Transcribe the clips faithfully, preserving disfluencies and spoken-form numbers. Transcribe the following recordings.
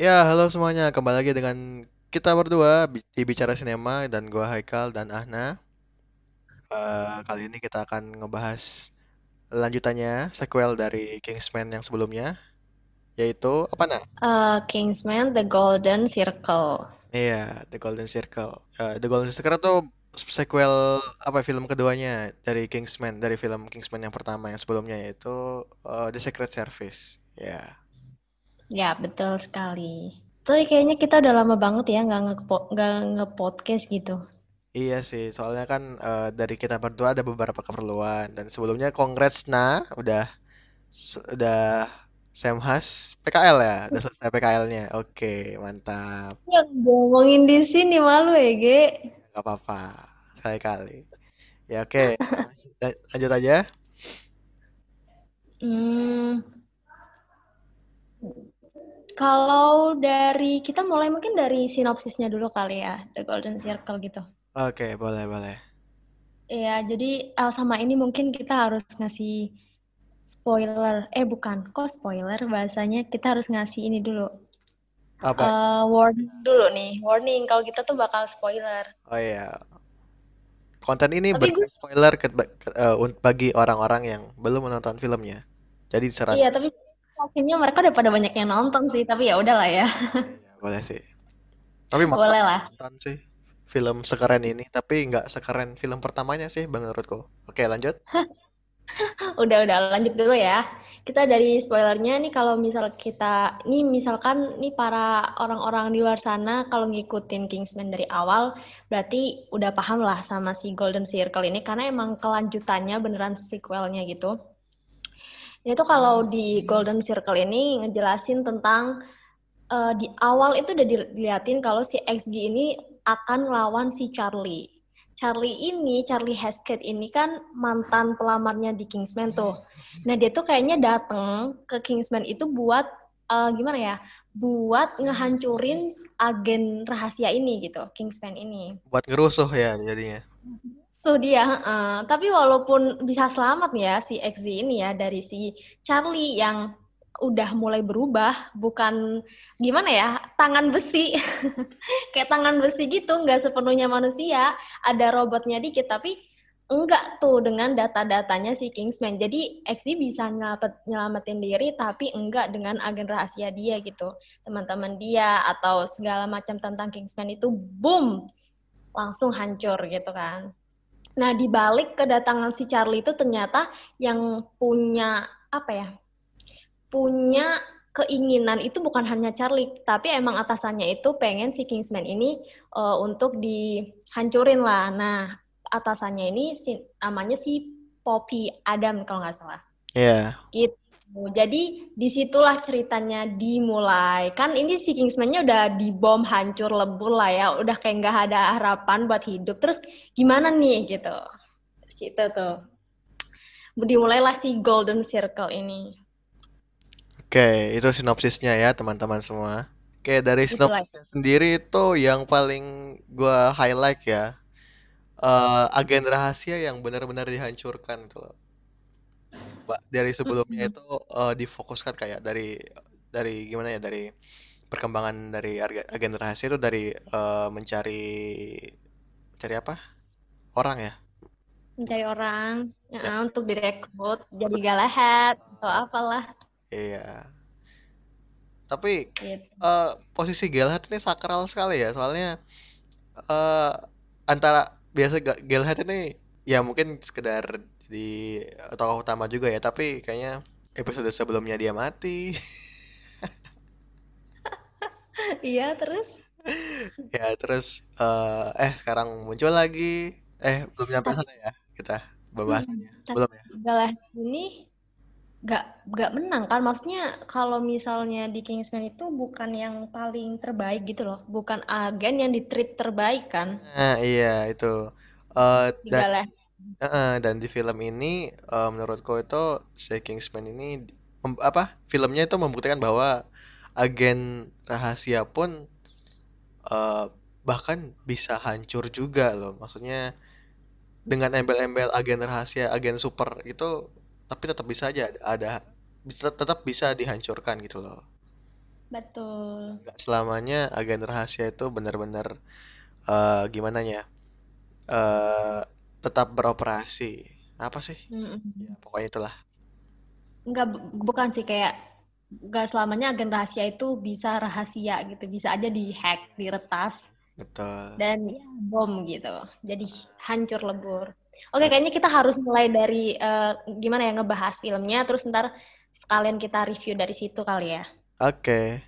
Ya, halo semuanya. Kembali lagi dengan kita berdua bi- di Bicara Sinema dan gua Haikal dan Ahna. Eh, kali ini kita akan ngebahas lanjutannya, sequel dari Kingsman yang sebelumnya, yaitu apa nah? Uh, Kingsman: The Golden Circle. Iya, The Golden Circle. Eh, The Golden Circle itu sequel apa film keduanya dari Kingsman, dari film Kingsman yang pertama yang sebelumnya yaitu eh, The Secret Service. Ya. Ya, betul sekali. Tapi kayaknya kita udah lama banget ya nggak nge nggak nge-podcast gitu. Iya sih, soalnya kan eh, dari kita berdua ada beberapa keperluan dan sebelumnya congrats nah udah S- udah Sam Has P K L ya? Udah selesai P K L-nya. Oke, mantap. Yang ngomongin di sini malu ya, Ge. Gak apa-apa. Sekali-kali. Ya oke, Lan- lanjut aja. Hmm, kalau dari kita mulai mungkin dari sinopsisnya dulu kali ya, The Golden Circle gitu. Oke, boleh, boleh. Iya, jadi eh, sama ini mungkin kita harus ngasih spoiler. Eh, bukan, kok spoiler bahasanya? Kita harus ngasih ini dulu. Apa? Eh, warning dulu nih, warning kalau kita tuh bakal spoiler. Oh iya, konten ini Tapi gue, berspoiler ke, ke- eh, un- bagi orang-orang yang belum menonton filmnya. Jadi iya, disarankan. tapi akhirnya mereka udah pada banyak yang nonton sih. Tapi ya udahlah ya, Iya, boleh sih. Tapi mantap boleh sih lah. nonton sih film sekeren ini. Tapi nggak sekeren film pertamanya sih menurutku. Oke, lanjut. Udah, udah lanjut dulu ya. Kita dari spoilernya nih kalau misal kita, nih misalkan nih para orang-orang di luar sana kalau ngikutin Kingsman dari awal, berarti udah paham lah sama si Golden Circle ini karena emang kelanjutannya beneran sequelnya gitu. Ini tuh kalau di Golden Circle ini ngejelasin tentang eh, di awal itu udah dilihatin kalau si X G ini akan lawan si Charlie. Charlie ini, Charlie Hesketh ini kan mantan pelamarnya di Kingsman tuh. Nah dia tuh kayaknya dateng ke Kingsman itu buat uh, gimana ya? Buat ngehancurin agen rahasia ini gitu, Kingsman ini. Buat ngerusuh ya jadinya. So dia, uh, tapi walaupun bisa selamat ya si X Z ini ya dari si Charlie yang udah mulai berubah, bukan gimana ya, tangan besi, kayak tangan besi gitu, nggak sepenuhnya manusia, ada robotnya dikit, tapi enggak tuh dengan data-datanya si Kingsman. Jadi X Z bisa nyelamet, nyelamatin diri, tapi enggak dengan agen rahasia dia gitu. Teman-teman dia atau segala macam tentang Kingsman itu, boom, langsung hancur gitu kan. Nah, di balik kedatangan si Charlie itu ternyata yang punya apa ya? Punya keinginan itu bukan hanya Charlie, tapi emang atasannya itu pengen si Kingsman ini uh, untuk dihancurin lah. Nah, atasannya ini si, namanya si Poppy Adam kalau nggak salah. Iya. Gitu. Jadi disitulah ceritanya dimulai. Kan ini si Kingsman-nya udah dibom hancur lebur lah ya, udah kayak nggak ada harapan buat hidup. Terus gimana nih gitu? Situ tuh dimulailah si Golden Circle ini. Oke, itu sinopsisnya ya teman-teman semua. Oke, dari Itulah. sinopsisnya sendiri itu yang paling gua highlight ya, eh, agen rahasia yang benar-benar dihancurkan itu loh. Ba- Dari sebelumnya Mm-mm. itu eh, difokuskan kayak dari dari gimana ya, dari perkembangan dari arga- agen rahasia itu dari eh, mencari mencari apa? Orang ya. Mencari orang ya, Ya, untuk direkrut jadi untuk Galahad atau apalah iya. Tapi gitu. eh, posisi Galahad ini sakral sekali ya, soalnya eh antara biasa Ga- Galahad ini ya mungkin sekedar di tokoh utama juga ya, tapi kayaknya episode sebelumnya dia mati. Iya, terus Ya terus eh eh sekarang muncul lagi. Eh belum nyampe tapi sana ya kita mm, pembahasannya. tapi Belum ya? Galahad ini gak gak menang kan, maksudnya kalau misalnya di Kingsman itu bukan yang paling terbaik gitu loh, bukan agen yang ditreat terbaik kan Nah, iya itu. Eh di dan Galahad. eh, eh, dan di film ini eh, menurutku itu si Kingsman ini mem- apa? Filmnya itu membuktikan bahwa agen rahasia pun eh, bahkan bisa hancur juga loh. Maksudnya dengan embel-embel agen rahasia, agen super itu, tapi tetap bisa aja ada, ada bisa tetap bisa dihancurkan gitu loh. Betul. Nggak selamanya agen rahasia itu benar-benar eh, gimana ya? eh tetap beroperasi. Apa sih? Ya, Mm-mm. pokoknya itulah. Enggak, bu- bukan sih kayak nggak selamanya agen rahasia itu bisa rahasia gitu, bisa aja dihack, Iya, iya diretas sih. Betul. dan ya, bom gitu. Jadi hancur lebur. Oke, Nah, kayaknya kita harus mulai dari eh, gimana ya ngebahas filmnya, terus ntar sekalian kita review dari situ kali ya. oke.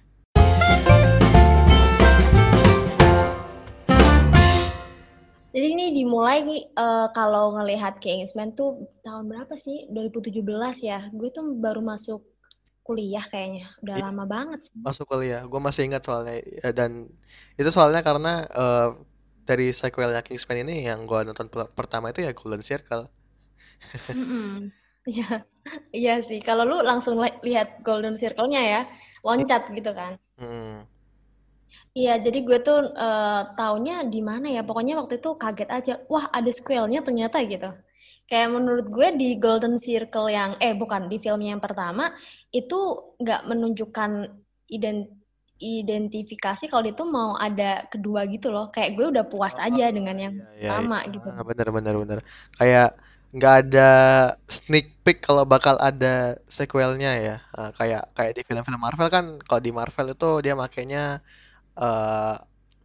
Jadi ini dimulai nih eh, kalau ngelihat Kingsman tuh tahun berapa sih? dua ribu tujuh belas ya. Gue tuh baru masuk kuliah kayaknya. Udah Iya, lama banget sih. masuk kuliah. Gue masih ingat soalnya. Ya, dan itu soalnya karena eh, dari sequelnya Kingsman ini yang gue nonton per- pertama itu ya Golden Circle. Mm-mm. Iya, iya sih. Kalau lu langsung li- lihat Golden Circle-nya ya, Iya. loncat gitu kan. Hmm. Iya, jadi gue tuh eh, taunya di mana ya. Pokoknya waktu itu kaget aja. Wah, ada sequelnya ternyata gitu. Kayak menurut gue di Golden Circle yang, eh bukan, di filmnya yang pertama, itu nggak menunjukkan ident identifikasi kalau dia tuh mau ada kedua gitu loh. Kayak gue udah puas aja dengan Oh yang iya iya iya. pertama gitu. Ah, bener bener bener. Kayak nggak ada sneak peek kalau bakal ada sequelnya ya. Ah, kayak kayak di film-film Marvel kan, kalau di Marvel itu dia makainya eh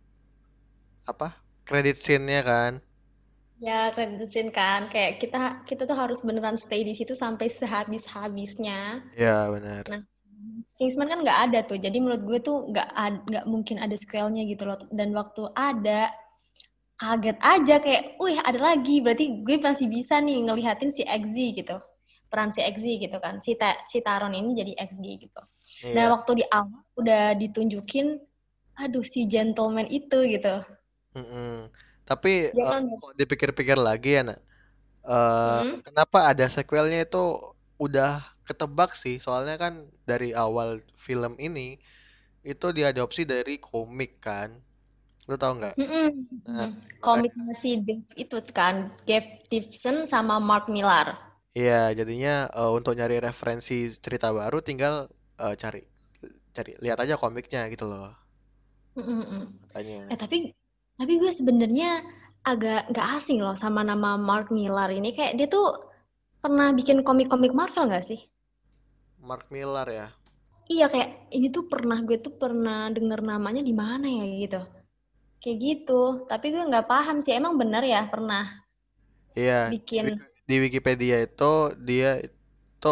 apa? Credit scene-nya kan. Ya, credit scene kan. Kayak kita kita tuh harus beneran stay di situ sampai sehabis-habisnya. Iya bener. Nah, Kingsman kan nggak ada tuh. Jadi menurut gue tuh nggak ad- nggak mungkin ada sequelnya gitu loh. Dan waktu ada, kaget aja kayak, wih ada lagi. Berarti gue masih bisa nih ngelihatin si X Z gitu. Peran si X Z gitu kan. Si, Ta- si Taron ini jadi X Z gitu. Nah, Iya. waktu di awal udah ditunjukin, aduh si gentleman itu gitu. Mm-mm. Tapi Dia eh, kan, kok dipikir-pikir lagi ya, nak, eh, mm, kenapa ada sequelnya itu udah ketebak sih. Soalnya kan dari awal film ini itu diadopsi dari komik kan. Lu tahu nggak? mm-mm, Nah, mm. makanya Komiknya si Dave itu kan, Dave Gibson sama Mark Millar. iya jadinya eh, untuk nyari referensi cerita baru tinggal eh, cari cari lihat aja komiknya gitu loh. Mm-mm. Makanya Eh tapi tapi gue sebenarnya agak nggak asing loh sama nama Mark Millar ini. Kayak dia tuh pernah bikin komik-komik Marvel nggak sih? Mark Millar ya. Iya kayak ini tuh pernah gue tuh pernah denger namanya di mana ya gitu. Kayak gitu. Tapi gue nggak paham sih. Emang bener ya pernah Iya, di, bikin. Wik- di Wikipedia itu dia itu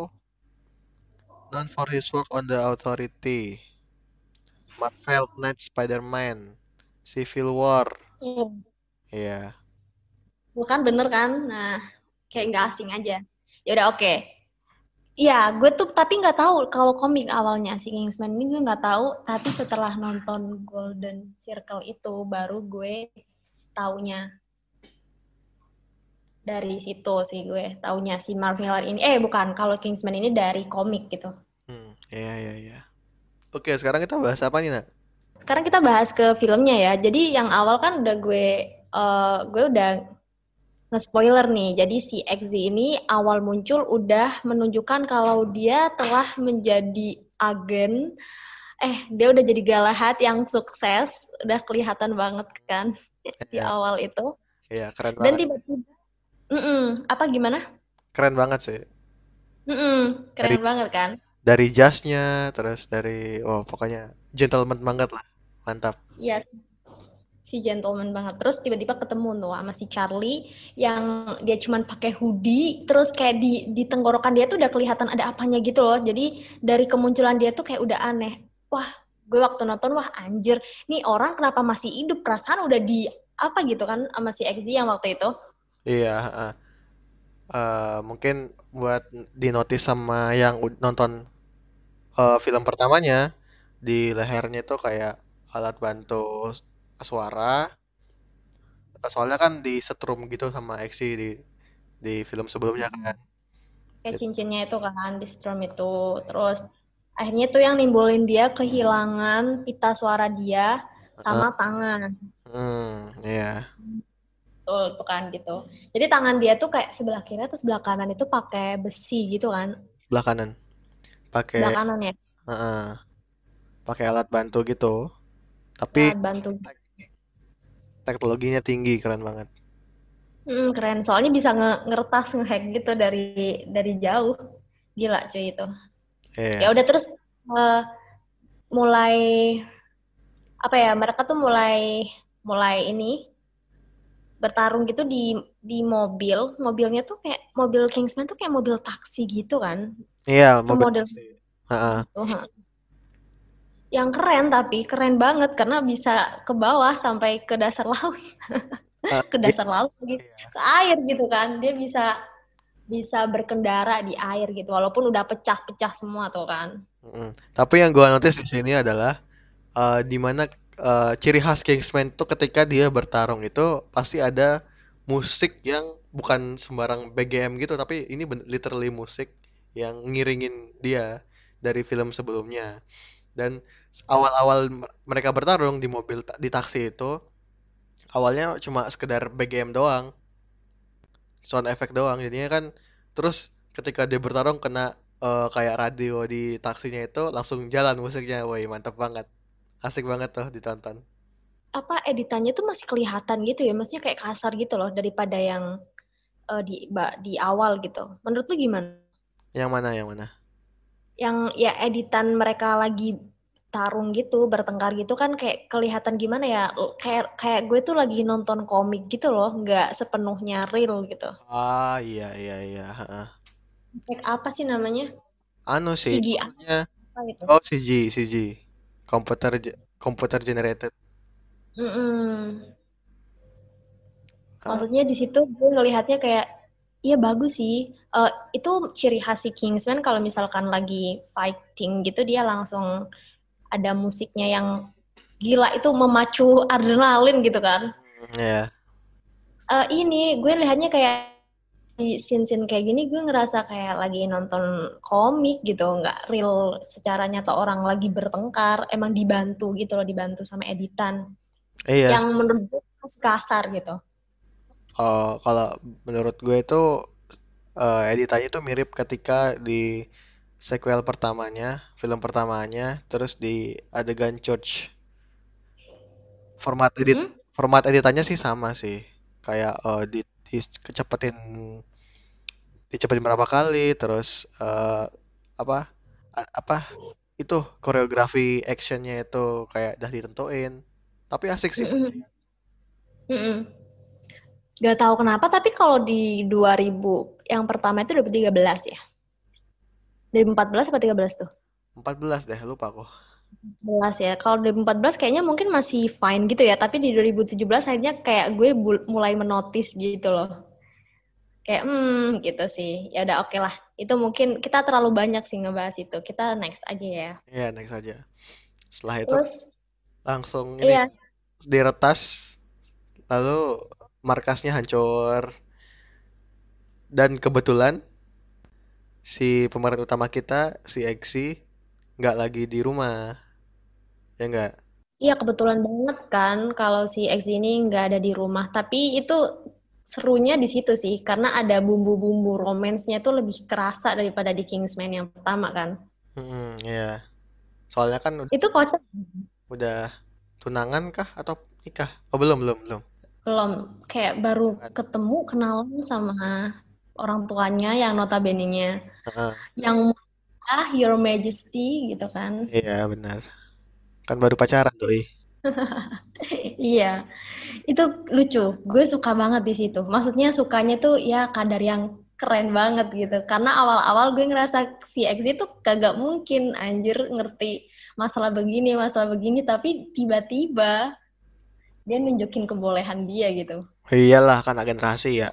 known for his work on the Authority, Marvel Knight Spider-Man, Civil War. Iya. Iya. Bukan bener kan? Nah, kayak nggak asing aja. Ya udah oke. Iya, gue tuh tapi nggak tahu kalau komik awalnya si Kingsman ini gue nggak tahu. Tapi setelah nonton Golden Circle itu baru gue taunya dari situ sih gue taunya si Mark Millar ini. Eh bukan, kalau Kingsman ini dari komik gitu. Hmm, iya iya iya. Oke, sekarang kita bahas apa nih, Nak? Sekarang kita bahas ke filmnya ya. Jadi yang awal kan udah gue uh, gue udah nge-spoiler nih. Jadi si X Z ini awal muncul udah menunjukkan kalau dia telah menjadi agen. Eh, dia udah jadi Galahad yang sukses. Udah kelihatan banget kan di Iya, awal itu. iya keren Dan banget. tiba-tiba, mm-mm, apa gimana? Keren banget sih. Mm-mm, Dari keren banget kan? dari jasnya, terus dari oh pokoknya gentleman banget lah. Mantap. Iya, si gentleman banget. Terus tiba-tiba ketemu tuh sama si Charlie yang dia cuman pakai hoodie, terus kayak di di tenggorokan dia tuh udah kelihatan ada apanya gitu loh. Jadi dari kemunculan dia tuh kayak udah aneh. Wah, gue waktu nonton wah anjir, nih orang kenapa masih hidup? Perasaan udah di apa gitu kan sama si X Z yang waktu itu. Iya, heeh. Eh, mungkin buat dinotis sama yang ud- nonton eh, film pertamanya di lehernya itu kayak alat bantu suara. Soalnya kan di setrum gitu sama Exi di di film sebelumnya kan. Kayak It- cincinnya itu kan di strum itu. Terus akhirnya tuh yang nimbulin dia kehilangan pita suara dia eh, sama tangan. hmm, iya. Betul tuh kan gitu. Jadi tangan dia tuh kayak sebelah kiri atau sebelah kanan itu pakai besi gitu kan. Sebelah kanan. Pakai Sebelah kanan ya. heeh. pakai alat bantu gitu. Tapi Alat bantu. tek- teknologinya tinggi, keren banget. Hmm, keren. Soalnya bisa nge ngeretas ngehack gitu dari dari jauh. Gila cuy itu. Ya Iya. udah terus eh, mulai apa ya? Mereka tuh mulai mulai ini bertarung gitu di di mobil. Mobilnya tuh kayak mobil Kingsman tuh kayak mobil taksi gitu kan. Iya, mobil Semodel taksi. Heeh. gitu. Ha. Yang keren tapi keren banget karena bisa ke bawah sampai ke dasar laut, Eh, ke iya, dasar laut gitu, iya. ke air gitu kan. Dia bisa bisa berkendara di air gitu walaupun udah pecah-pecah semua tuh kan. Mm-mm. Tapi yang gua notice di sini adalah eh, di mana eh, ciri khas Kingsman tuh ketika dia bertarung itu pasti ada musik yang bukan sembarang B G M gitu, tapi ini ben- literally musik yang ngiringin dia dari film sebelumnya. Dan awal-awal m- mereka bertarung di mobil ta- di taksi itu awalnya cuma sekedar B G M doang, sound effect doang. Jadinya kan terus ketika dia bertarung kena eh, kayak radio di taksinya itu langsung jalan musiknya. Woi, mantep banget. Asik banget tuh ditonton. Apa editannya tuh masih kelihatan gitu ya, maksudnya kayak kasar gitu loh daripada yang eh, di ba- di awal gitu. Menurut lu gimana? Yang mana yang mana? Yang ya editan mereka lagi tarung gitu, bertengkar gitu kan kayak kelihatan gimana ya? Kayak kayak gue tuh lagi nonton komik gitu loh, nggak sepenuhnya real gitu. Ah, iya iya iya. Heeh. Kayak apa sih namanya? Anu sih, C G I pokoknya apa gitu. oh C G C G. Komputer ge- komputer generated. Mm-mm. Ah, Maksudnya di situ gue ngelihatnya kayak iya bagus sih. Eh, itu ciri khas si Kingsman kalau misalkan lagi fighting gitu dia langsung ada musiknya yang gila itu memacu adrenalin gitu kan. mm, ya. Eh, ini gue lihatnya kayak di scene-scene kayak gini gue ngerasa kayak lagi nonton komik gitu, nggak real secara nyata orang lagi bertengkar, emang dibantu gitu loh, dibantu sama editan Iya yang sih. menurut gue kasar gitu. Oh, kalau menurut gue itu eh, editannya itu mirip ketika di sequel pertamanya, film pertamanya, terus di adegan church. Format edit Mm-mm. format editannya sih sama sih. Kayak eh, di, di kecepetin dicepetin berapa kali, terus eh, apa a- apa itu koreografi actionnya itu kayak udah ditentuin. Tapi asik sih buat Mm-mm. dilihat. Mm-mm. Gak tahu kenapa, tapi kalau di dua ribu yang pertama itu dua ribu tiga belas ya. dua ribu empat belas apa tiga belas tuh? empat belas deh, lupa aku. Belas ya. Kalau dua ribu empat belas kayaknya mungkin masih fine gitu ya, tapi di dua ribu tujuh belas akhirnya kayak gue bul- mulai menotis gitu loh. Kayak hmm gitu sih. Ya udah oke lah. Itu mungkin kita terlalu banyak sih ngebahas itu. Kita next aja ya. Iya, next aja. Setelah itu Terus langsung ini iya, diretas, lalu markasnya hancur, dan kebetulan si pemeran utama kita, si Exi, nggak lagi di rumah, ya nggak? iya kebetulan banget kan kalau si X ini nggak ada di rumah. Tapi itu serunya di situ sih, karena ada bumbu-bumbu romansnya tuh lebih kerasa daripada di Kingsman yang pertama kan. Hmm, ya. Soalnya kan udah, Itu kocak udah tunangan kah atau nikah? Oh belum belum belum. belum kayak baru Pacaran. ketemu kenalan sama orang tuanya yang notabene-nya Heeh. yang ah Your Majesty gitu kan. Iya benar. Kan baru pacaran doi. Iya, itu lucu. Gue suka banget di situ. Maksudnya sukanya tuh ya kadar yang keren banget gitu. Karena awal-awal gue ngerasa si X itu kagak mungkin anjir ngerti masalah begini, masalah begini, tapi tiba-tiba dia nunjukin kebolehan dia gitu. Oh, iyalah kan agen rahasia.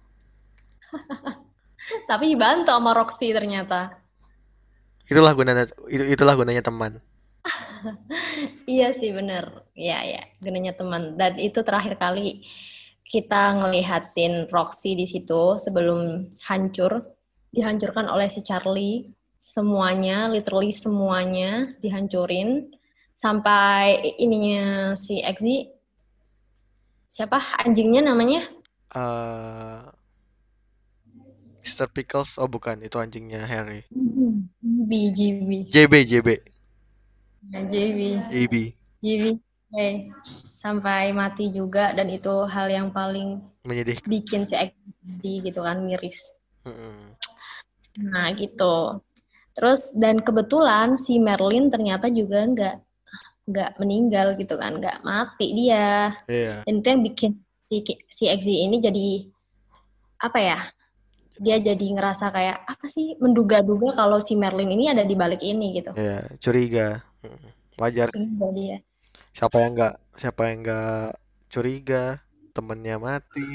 Tapi dibantu sama Roxy ternyata. Itulah gunanya itu, itulah gunanya teman. Iya sih bener. Iya ya, gunanya teman. Dan itu terakhir kali kita ngelihat scene Roxy di situ sebelum hancur, dihancurkan oleh si Charlie. Semuanya, literally semuanya dihancurin. Sampai ininya si Exi, siapa anjingnya namanya? eh mister Pickles, oh bukan, itu anjingnya Harry. B G B. J B J B. Nah, J B. J B J B. Eh, sampai mati juga dan itu hal yang paling menyedihkan. bikin si Eddie gitu kan miris. Mm-mm. Nah gitu. Terus dan kebetulan si Merlin ternyata juga nggak nggak meninggal gitu kan, nggak mati dia. Iya. Dan itu yang bikin si si X ini jadi apa ya? Dia jadi ngerasa kayak apa sih menduga-duga kalau si Merlin ini ada di balik ini gitu. Iya, curiga. Mm. Wajar sih. Ini dia. Siapa yang nggak siapa yang nggak curiga, temennya mati,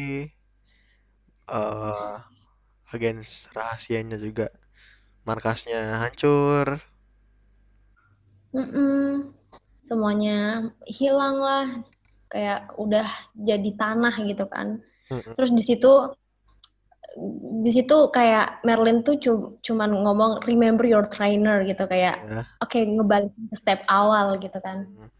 eh agen rahasianya juga markasnya hancur. Mm-mm. Semuanya hilang lah, kayak udah jadi tanah gitu kan. Mm-mm. Terus di situ di situ kayak Merlin tuh cu- cuman ngomong remember your trainer gitu kayak Ya. oke okay, ngebalik ke step awal gitu kan. Mm.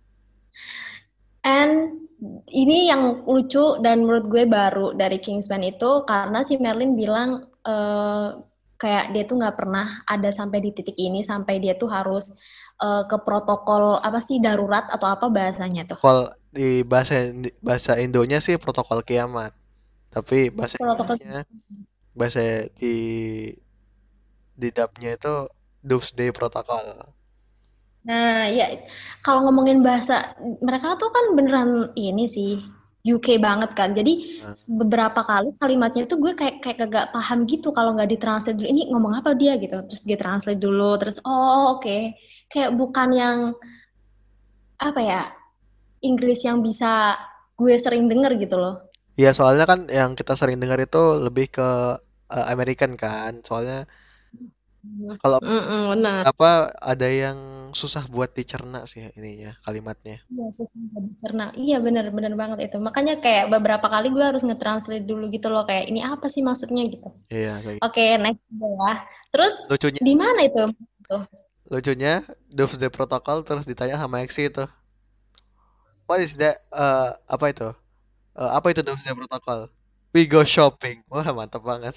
And ini yang lucu dan menurut gue baru dari Kingsman itu karena si Merlin bilang uh, kayak dia tuh nggak pernah ada sampai di titik ini sampai dia tuh harus uh, ke protokol apa sih darurat atau apa bahasanya tuh. Protokol di bahasa bahasa Indonya sih protokol kiamat, tapi bahasa Protokol. Inggrisnya bahasa di di dubnya itu Doomsday Protocol. Nah, ya kalau ngomongin bahasa mereka tuh kan beneran ini sih U K banget kan. Jadi Nah, beberapa kali kalimatnya tuh gue kayak kayak kagak paham gitu kalau nggak ditranslate dulu. Ini ngomong apa dia gitu. Terus dia translate dulu. Terus oh oke. Okay. Kayak bukan yang apa ya Inggris yang bisa gue sering denger gitu loh. iya soalnya kan yang kita sering dengar itu lebih ke eh, American kan. Soalnya kalau Mm-mm, benar. apa ada yang susah buat dicerna sih ininya kalimatnya. Iya, susah buat dicerna. Iya, benar-benar banget itu. Makanya kayak beberapa kali gue harus nge-translate dulu gitu loh. Kayak ini apa sih maksudnya gitu. Iya kayak gitu. Oke, next ya. Terus Lucunya di mana itu? Tuh. lucunya Doomsday Protocol terus ditanya sama Exi itu. What is that? Eh, apa itu? Eh, apa itu Doomsday Protocol? We go shopping. Wah, mantap banget.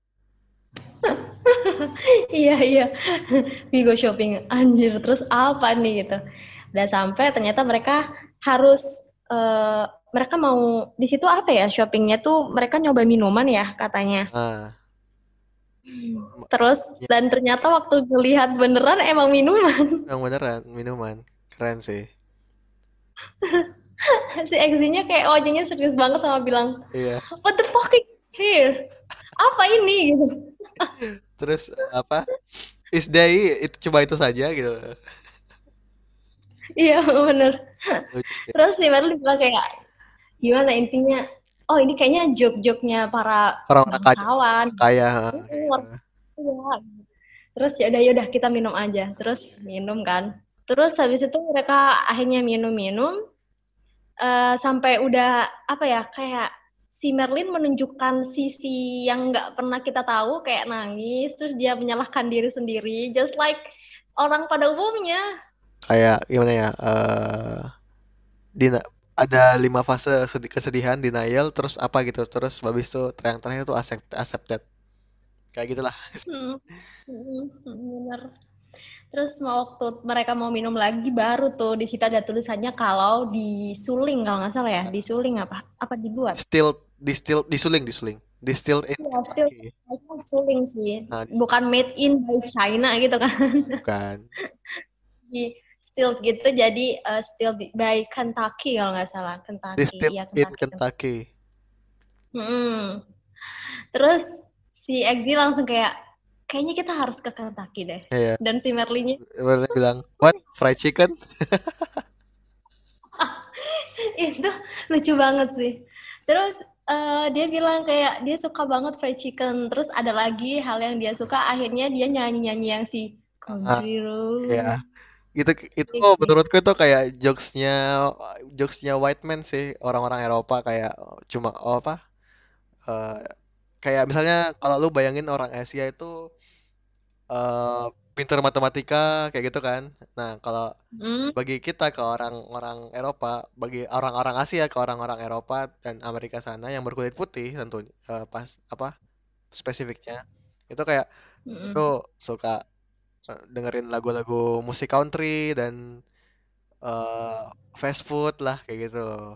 Iya, iya. We go shopping. Anjir, terus apa nih gitu. Udah sampai ternyata mereka harus eh, mereka mau di situ apa ya shoppingnya tuh mereka nyoba minuman ya katanya. Nah, Terus ya, dan ternyata waktu ngelihat beneran emang minuman. yang beneran minuman. Keren sih. Si Exinya kayak ojengnya serius banget sama bilang, Iya. what the fuck is here? Apa ini gitu. Terus eh, apa? Is day itu coba itu saja gitu. Iya bener. Lucu sih. Terus si Merlin bilang kayak gimana intinya, oh ini kayaknya joke-joknya para Orang-orang kaya, bangsawan. orang kaya kayak gitu. Iya. Terus ya udah ya udah kita minum aja. Terus minum kan. Terus habis itu mereka akhirnya minum-minum uh, sampai udah apa ya kayak si Merlin menunjukkan sisi yang nggak pernah kita tahu kayak nangis terus dia menyalahkan diri sendiri just like orang pada umumnya. Kayak gimana ya? Eh dina ada lima fase sedi- kesedihan, denial, terus apa gitu. Terus habis itu yang terakhir tuh accept, accepted. Kayak gitulah. Hmm. Hmm, bener. Terus mau waktu mereka mau minum lagi baru tuh di situ ada tulisannya kalau disuling kalau nggak salah ya disuling apa apa dibuat. Distilled, distilled, disuling, disuling. Distilled in Ya still Kentucky. suling sih Nah, bukan made in by China gitu kan. bukan. Di still gitu jadi uh, still by Kentucky kalau nggak salah Kentucky Distilled iya in Kentucky. Kentucky. Hmm. Terus si Exi langsung kayak kayaknya kita harus ke Kentucky deh Iya. dan si Merlinya Mereka bilang, what? Fried chicken? itu lucu banget sih. Terus uh, dia bilang kayak dia suka banget fried chicken. Terus ada lagi hal yang dia suka akhirnya dia nyanyi-nyanyi yang si Ah, Country iya. Road. Gitu itu menurutku itu kayak jokesnya jokesnya white man sih orang-orang Eropa kayak cuma oh apa eh, kayak misalnya kalau lu bayangin orang Asia itu eh pintar matematika kayak gitu kan. Nah, kalau Hmm. bagi kita ke orang-orang Eropa, bagi orang-orang Asia ke orang-orang Eropa dan Amerika sana yang berkulit putih tentu eh, pas apa spesifiknya itu kayak itu Hmm. suka eh, dengerin lagu-lagu musik country dan eh fast food lah kayak gitu loh.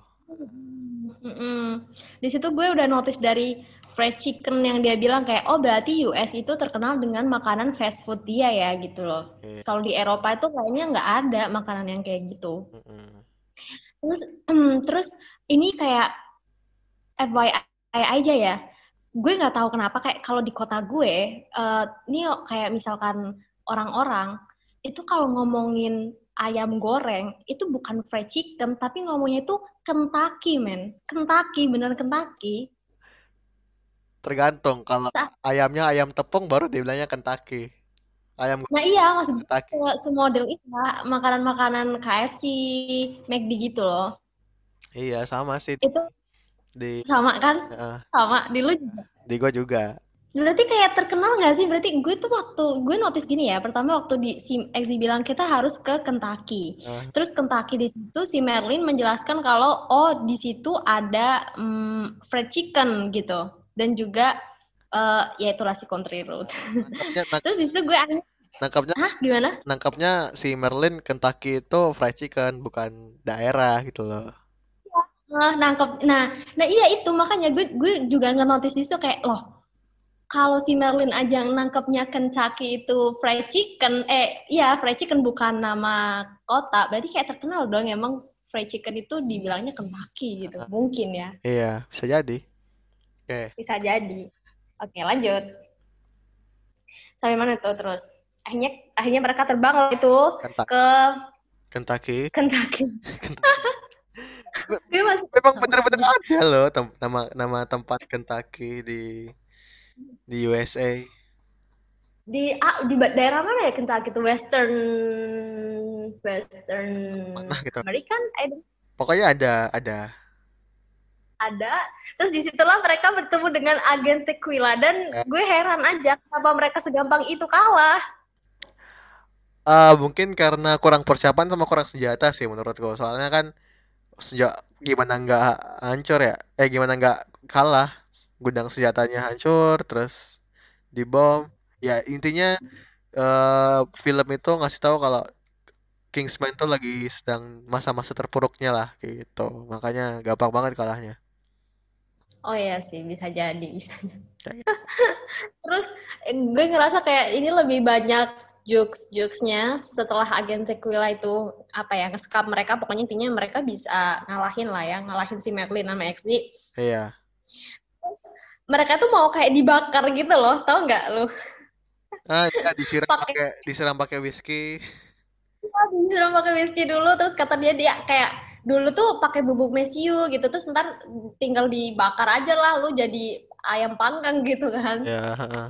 Mm-mm. Di situ gue udah notice dari fried chicken yang dia bilang kayak, oh berarti U S itu terkenal dengan makanan fast food dia ya gitu loh. Iya. Kalau di Eropa itu kayaknya nggak ada makanan yang kayak gitu. Mm-mm. Terus, terus ini kayak F Y I aja ya. Gue nggak tahu kenapa kayak kalau di kota gue, uh, ini kayak misalkan orang-orang itu kalau ngomongin ayam goreng itu bukan fried chicken tapi ngomongnya itu Kentucky men, Kentucky bener Kentucky. Tergantung kalau Sa- ayamnya ayam tepung baru dibilangnya Kentucky. Ayam Nah goreng iya maksud gue Kentucky. se- semodel itu ya, makanan-makanan K F C, McD gitu loh. Iya sama sih Itu di sama kan? eh, Sama di lu iya. juga. Di gua juga. Berarti kayak terkenal nggak sih? Berarti gue tuh waktu gue notice gini ya. Pertama waktu di si Exi bilang kita harus ke Kentucky. Eh, Terus Kentucky di situ si Merlin menjelaskan kalau oh di situ ada mm, fried chicken gitu dan juga uh, ya itulah si Country Road. nangkapnya nang- Terus di situ gue aneh, nangkapnya hah gimana? nangkapnya si Merlin Kentucky itu fried chicken bukan daerah gitu loh. Nah, nangkep. Nah, nah iya itu makanya gue gue juga nge-notice di situ kayak loh kalau si Merlin aja yang nangkepnya Kentucky itu fried chicken, eh iya fried chicken bukan nama kota, berarti kayak terkenal dong emang fried chicken itu dibilangnya Kentucky gitu. Eh, Mungkin ya, iya, bisa jadi. Oke, bisa jadi. Oke, lanjut. Sampai mana tuh terus? Akhirnya akhirnya mereka terbang lah itu Kentucky. ke Kentucky. Kentucky. Kentucky. Gue masih Memang bener-bener ada loh tem- nama nama tempat Kentucky di di U S A. di ah, di daerah mana ya Kentucky itu Western Western Mana gitu. American eh, Pokoknya ada ada. ada. Terus disitulah mereka bertemu dengan agen Tequila dan Ya. gue heran aja kenapa mereka segampang itu kalah. Ah, mungkin karena kurang persiapan sama kurang senjata sih menurutku. Soalnya kan sejak gimana nggak hancur ya? Eh gimana nggak kalah? Gudang senjatanya hancur, terus dibom. Ya intinya eh film itu ngasih tahu kalau Kingsman tuh lagi sedang masa-masa terpuruknya lah kayak gitu. Makanya gampang banget kalahnya. Oh iya sih, bisa jadi, bisa. Kayak gitu. Terus eh, gue ngerasa kayak ini lebih banyak jokes-jokesnya setelah agen Tequila itu apa ya nge-scam mereka pokoknya intinya mereka bisa ngalahin lah ya ngalahin si Merlin sama X D. Iya. Terus mereka tuh mau kayak dibakar gitu loh, tau nggak lo? Ah, iya disiram Pakai pakai disiram pakai whisky. disuruh pakai whisky dulu terus kata dia dia kayak dulu tuh pakai bubuk mesiu gitu terus ntar tinggal dibakar aja lah lu jadi ayam panggang gitu kan Ya, heeh.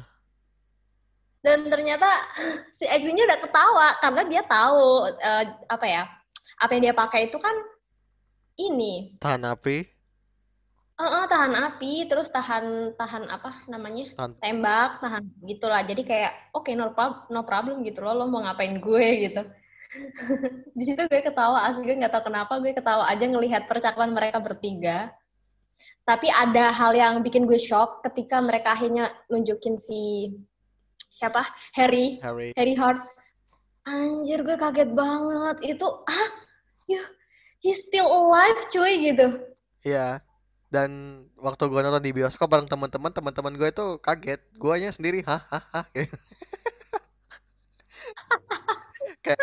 dan ternyata si Egg-nya udah ketawa karena dia tahu uh, apa ya apa yang dia pakai itu kan ini Tahan api, uh, uh, tahan api terus tahan tahan apa namanya tahan. tembak tahan gitulah jadi kayak oke okay, no, prob- no problem gitu loh lo mau ngapain gue gitu di situ gue ketawa asli gue nggak tahu kenapa gue ketawa aja ngelihat percakapan mereka bertiga tapi ada hal yang bikin gue shock ketika mereka akhirnya nunjukin si siapa Harry Harry. Harry Hart anjir gue kaget banget itu ah you he's still alive cuy gitu Iya. Dan waktu gua nonton di bioskop bareng teman-teman, teman-teman gue itu kaget. Guanya sendiri, hah, hah, hah. Kayak,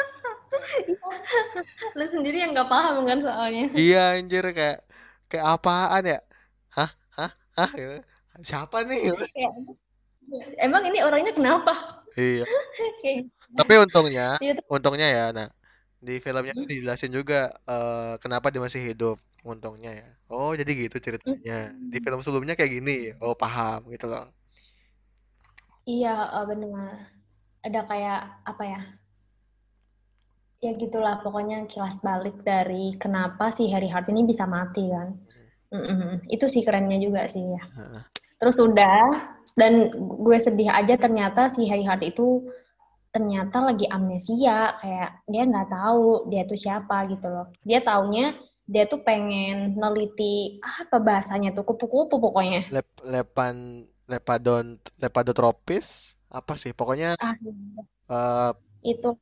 lu sendiri yang nggak paham kan soalnya iya anjir kayak kayak apaan ya? Hah, hah, hah. Gitu. Siapa nih? Gitu. kayak, emang ini orangnya kenapa Iya. kayak Tapi untungnya, gitu. untungnya ya, nah di filmnya tuh dijelasin juga eh, kenapa dia masih hidup. Untungnya ya. Oh, jadi gitu ceritanya. Di film sebelumnya kayak gini. Oh, paham gitu loh. Iya uh, benar ada kayak apa ya ya gitulah pokoknya kilas balik dari kenapa si Harry Hart ini bisa mati kan. Mm-mm. Itu sih kerennya juga sih ya. Heeh. Terus udah dan gue sedih aja ternyata si Harry Hart itu ternyata lagi amnesia kayak dia nggak tahu dia tuh siapa gitu loh. Dia taunya dia tuh pengen neliti apa bahasanya tuh kupu-kupu pokoknya. Lep, lepan lepadon lepidotropis apa sih? Pokoknya Ah, Eh, Itu.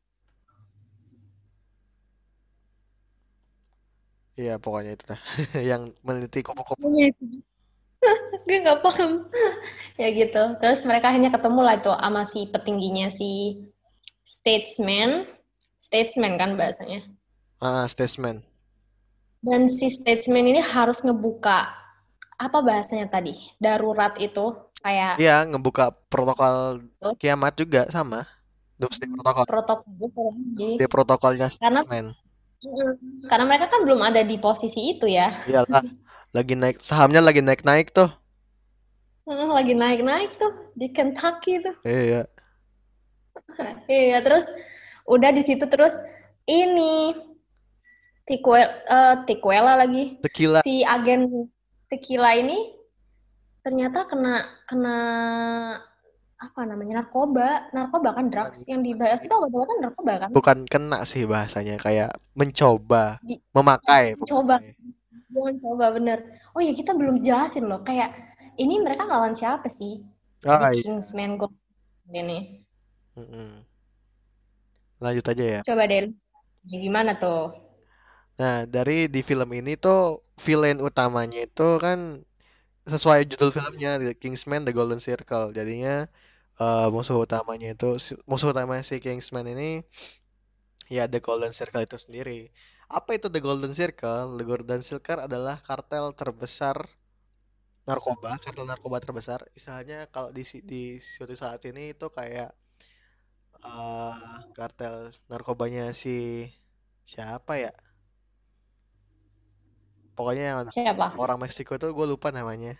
iya pokoknya itu dah. Yang meneliti kupu-kupu. Iya, itu. Gue nggak paham. Ya gitu. Terus mereka akhirnya ketemu lah itu sama si petingginya si statesman. Statesman kan bahasanya. Ah, statesman. Dan si statesman ini harus ngebuka, apa bahasanya tadi? Darurat itu. Kayak Iya, ngebuka protokol kiamat juga sama. Doomsday protokol. protokol gitu lagi. Di protokolnya Karena statesman. karena mereka kan belum ada di posisi itu ya. Iyalah, lagi naik sahamnya lagi naik-naik tuh. Lagi naik-naik tuh di Kentucky tuh. Iya, Iya, terus udah di situ terus ini Tikwel, eh, Tikwela lagi. tequila. Si agen Tequila ini ternyata kena kena apa namanya narkoba, narkoba kan Bukan, drugs yang dibahas itu obat-obatan narkoba kan? bukan kena sih bahasanya, kayak mencoba, Di, memakai, coba, memakai. jangan coba bener. Oh ya kita belum jelasin loh, kayak ini mereka ngelawan siapa sih di Ah, iya. Kingsman Gold ini? Mm-mm. Lanjut aja ya. Coba deh, gimana tuh? Nah, dari di film ini tuh villain utamanya itu kan sesuai judul filmnya, The Kingsman The Golden Circle. Jadinya eh, musuh utamanya itu si- musuh utama si Kingsman ini ya The Golden Circle itu sendiri. Apa itu The Golden Circle? The Golden Circle adalah kartel terbesar narkoba, kartel narkoba terbesar. Misalnya kalau di si- di suatu saat ini itu kayak eh, kartel narkobanya si siapa ya? Pokoknya yang Siapa? orang Meksiko tuh gue lupa namanya.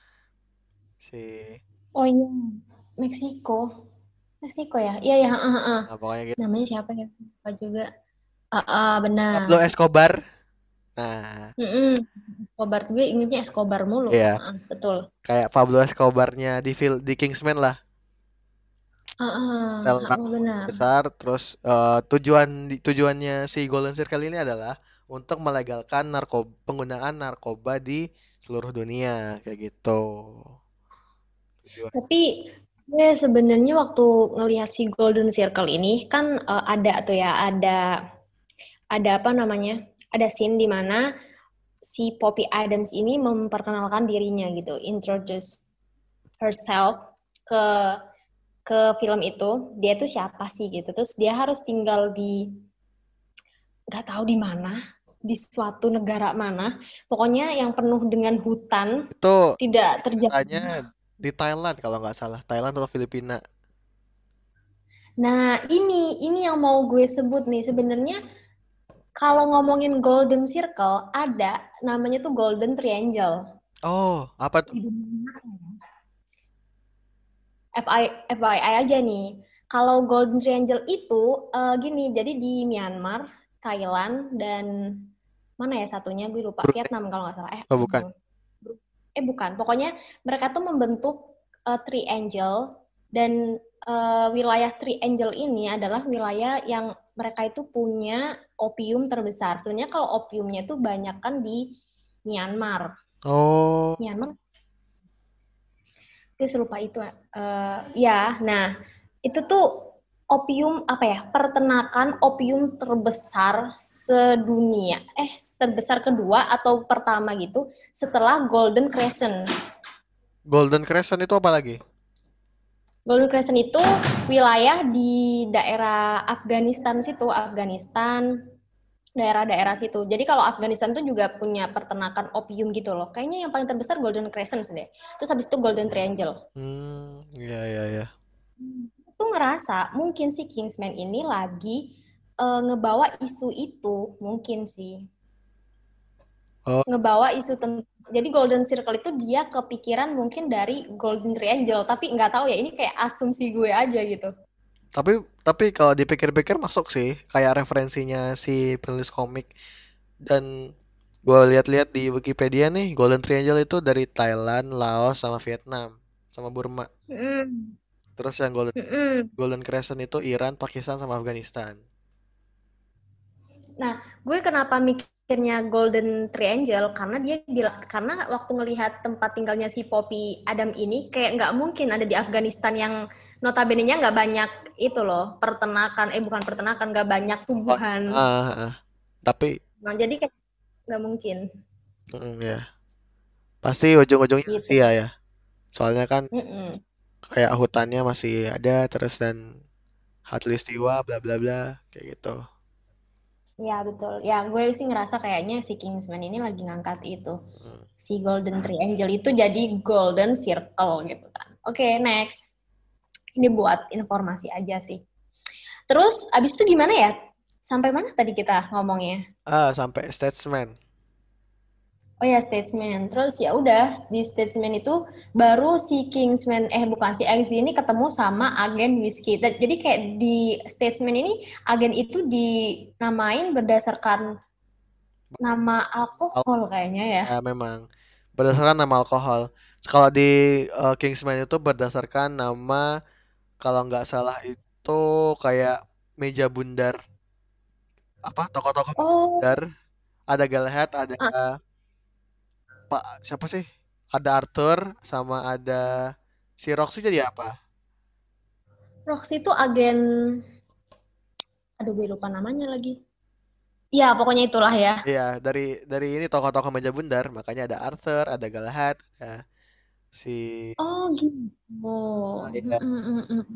Si Oh iya, Meksiko. Meksiko ya? Iya ya, ah, ah, ah. nah, pokoknya gitu. Namanya siapa ya? Lupa juga. Ah, ah, benar. Pablo Escobar. Nah, Mm-mm. Escobar gue ingetnya Escobar mulu. iya, Ah, ah, betul. kayak Pablo Escobarnya di fil di Kingsman lah. Ah, ah, Kartel ah, narkoba benar. terbesar. Terus eh, tujuan di- tujuannya si Golden Circle ini adalah untuk melegalkan narkoba penggunaan narkoba di seluruh dunia kayak gitu. Tujuan. Tapi gue sebenarnya waktu ngelihat si Golden Circle ini kan eh, ada tuh ya, ada ada apa namanya? Ada scene di mana si Poppy Adams ini memperkenalkan dirinya gitu, introduce herself ke ke film itu. Dia tuh siapa sih gitu. Terus dia harus tinggal di nggak tahu di mana, di suatu negara mana. Pokoknya yang penuh dengan hutan, Itu tidak terjadi. ceritanya di Thailand kalau nggak salah, Thailand atau Filipina. Nah, ini ini yang mau gue sebut nih. Sebenarnya kalau ngomongin Golden Circle, ada namanya tuh Golden Triangle. Oh, apa tuh? F I, F Y I aja nih. Kalau Golden Triangle itu uh, gini, jadi di Myanmar, Thailand, dan mana ya satunya gue lupa. Brunei. Vietnam kalau nggak salah. Eh, Oh, bukan. eh bukan. Pokoknya mereka tuh membentuk uh, triangle dan uh, wilayah triangle ini adalah wilayah yang mereka itu punya opium terbesar. Sebenarnya kalau opiumnya itu banyak kan di Myanmar. Oh, Myanmar gue selupa itu uh, ya nah itu tuh opium apa ya peternakan opium terbesar sedunia eh terbesar kedua atau pertama gitu setelah Golden Crescent. Golden Crescent itu apa lagi? Golden Crescent itu wilayah di daerah Afghanistan situ Afghanistan daerah-daerah situ. Jadi kalau Afghanistan tuh juga punya peternakan opium gitu loh. Kayaknya yang paling terbesar Golden Crescent deh. Terus habis itu Golden Triangle. Hmm, iya iya iya. Tuh ngerasa mungkin si Kingsman ini lagi uh, ngebawa isu itu mungkin sih Oh, ngebawa isu tentang jadi Golden Circle itu dia kepikiran mungkin dari Golden Triangle tapi nggak tahu ya ini kayak asumsi gue aja gitu. tapi tapi kalau dipikir-pikir masuk sih, kayak referensinya si penulis komik dan gue lihat-lihat di Wikipedia nih, Golden Triangle itu dari Thailand, Laos, sama Vietnam, sama Burma. Mm-mm. Terus yang Golden Mm-mm. Golden Crescent itu Iran, Pakistan, sama Afghanistan. Nah gue kenapa mikir akhirnya Golden Triangle karena dia bilang karena waktu ngelihat tempat tinggalnya si Poppy Adam ini kayak nggak mungkin ada di Afghanistan yang notabene-nya nggak banyak itu loh peternakan eh bukan peternakan nggak banyak Oh, tumbuhan. ah, ah. Tapi Nah, jadi kayak nggak mungkin mm, ya pasti ujung-ujungnya gitu. Asia ya. Soalnya kan Mm-mm. kayak hutannya masih ada terus dan khatulistiwa bla bla bla kayak gitu. Ya betul. Ya gue sih ngerasa kayaknya si Kingsman ini lagi ngangkat itu. Mm. Si Golden Triangle itu jadi Golden Circle gitu kan. Oke, okay, next. Ini buat informasi aja sih. Terus abis itu gimana ya? Sampai mana tadi kita ngomongnya? Ah, sampai Statesman. Oh ya, Statesman. Terus ya udah di Statesman itu baru si Kingsman eh bukan si X ini ketemu sama agen Whiskey. Jadi kayak di Statesman ini agen itu dinamain berdasarkan nama alkohol kayaknya ya. Ya, memang berdasarkan nama alkohol. Kalau di uh, Kingsman itu berdasarkan nama, kalau nggak salah itu kayak meja bundar, apa tokoh-tokoh meja Oh, bundar. Ada Galahad, ada ah, Pak siapa sih? Ada Arthur sama ada si Roxy jadi apa? Roxy itu agen, aduh gue lupa namanya lagi. Ya pokoknya itulah ya. Iya, dari dari ini tokoh-tokoh meja bundar, makanya ada Arthur, ada Galahad, ada si Oh gitu. ah, Mm, iya. mm, mm, mm.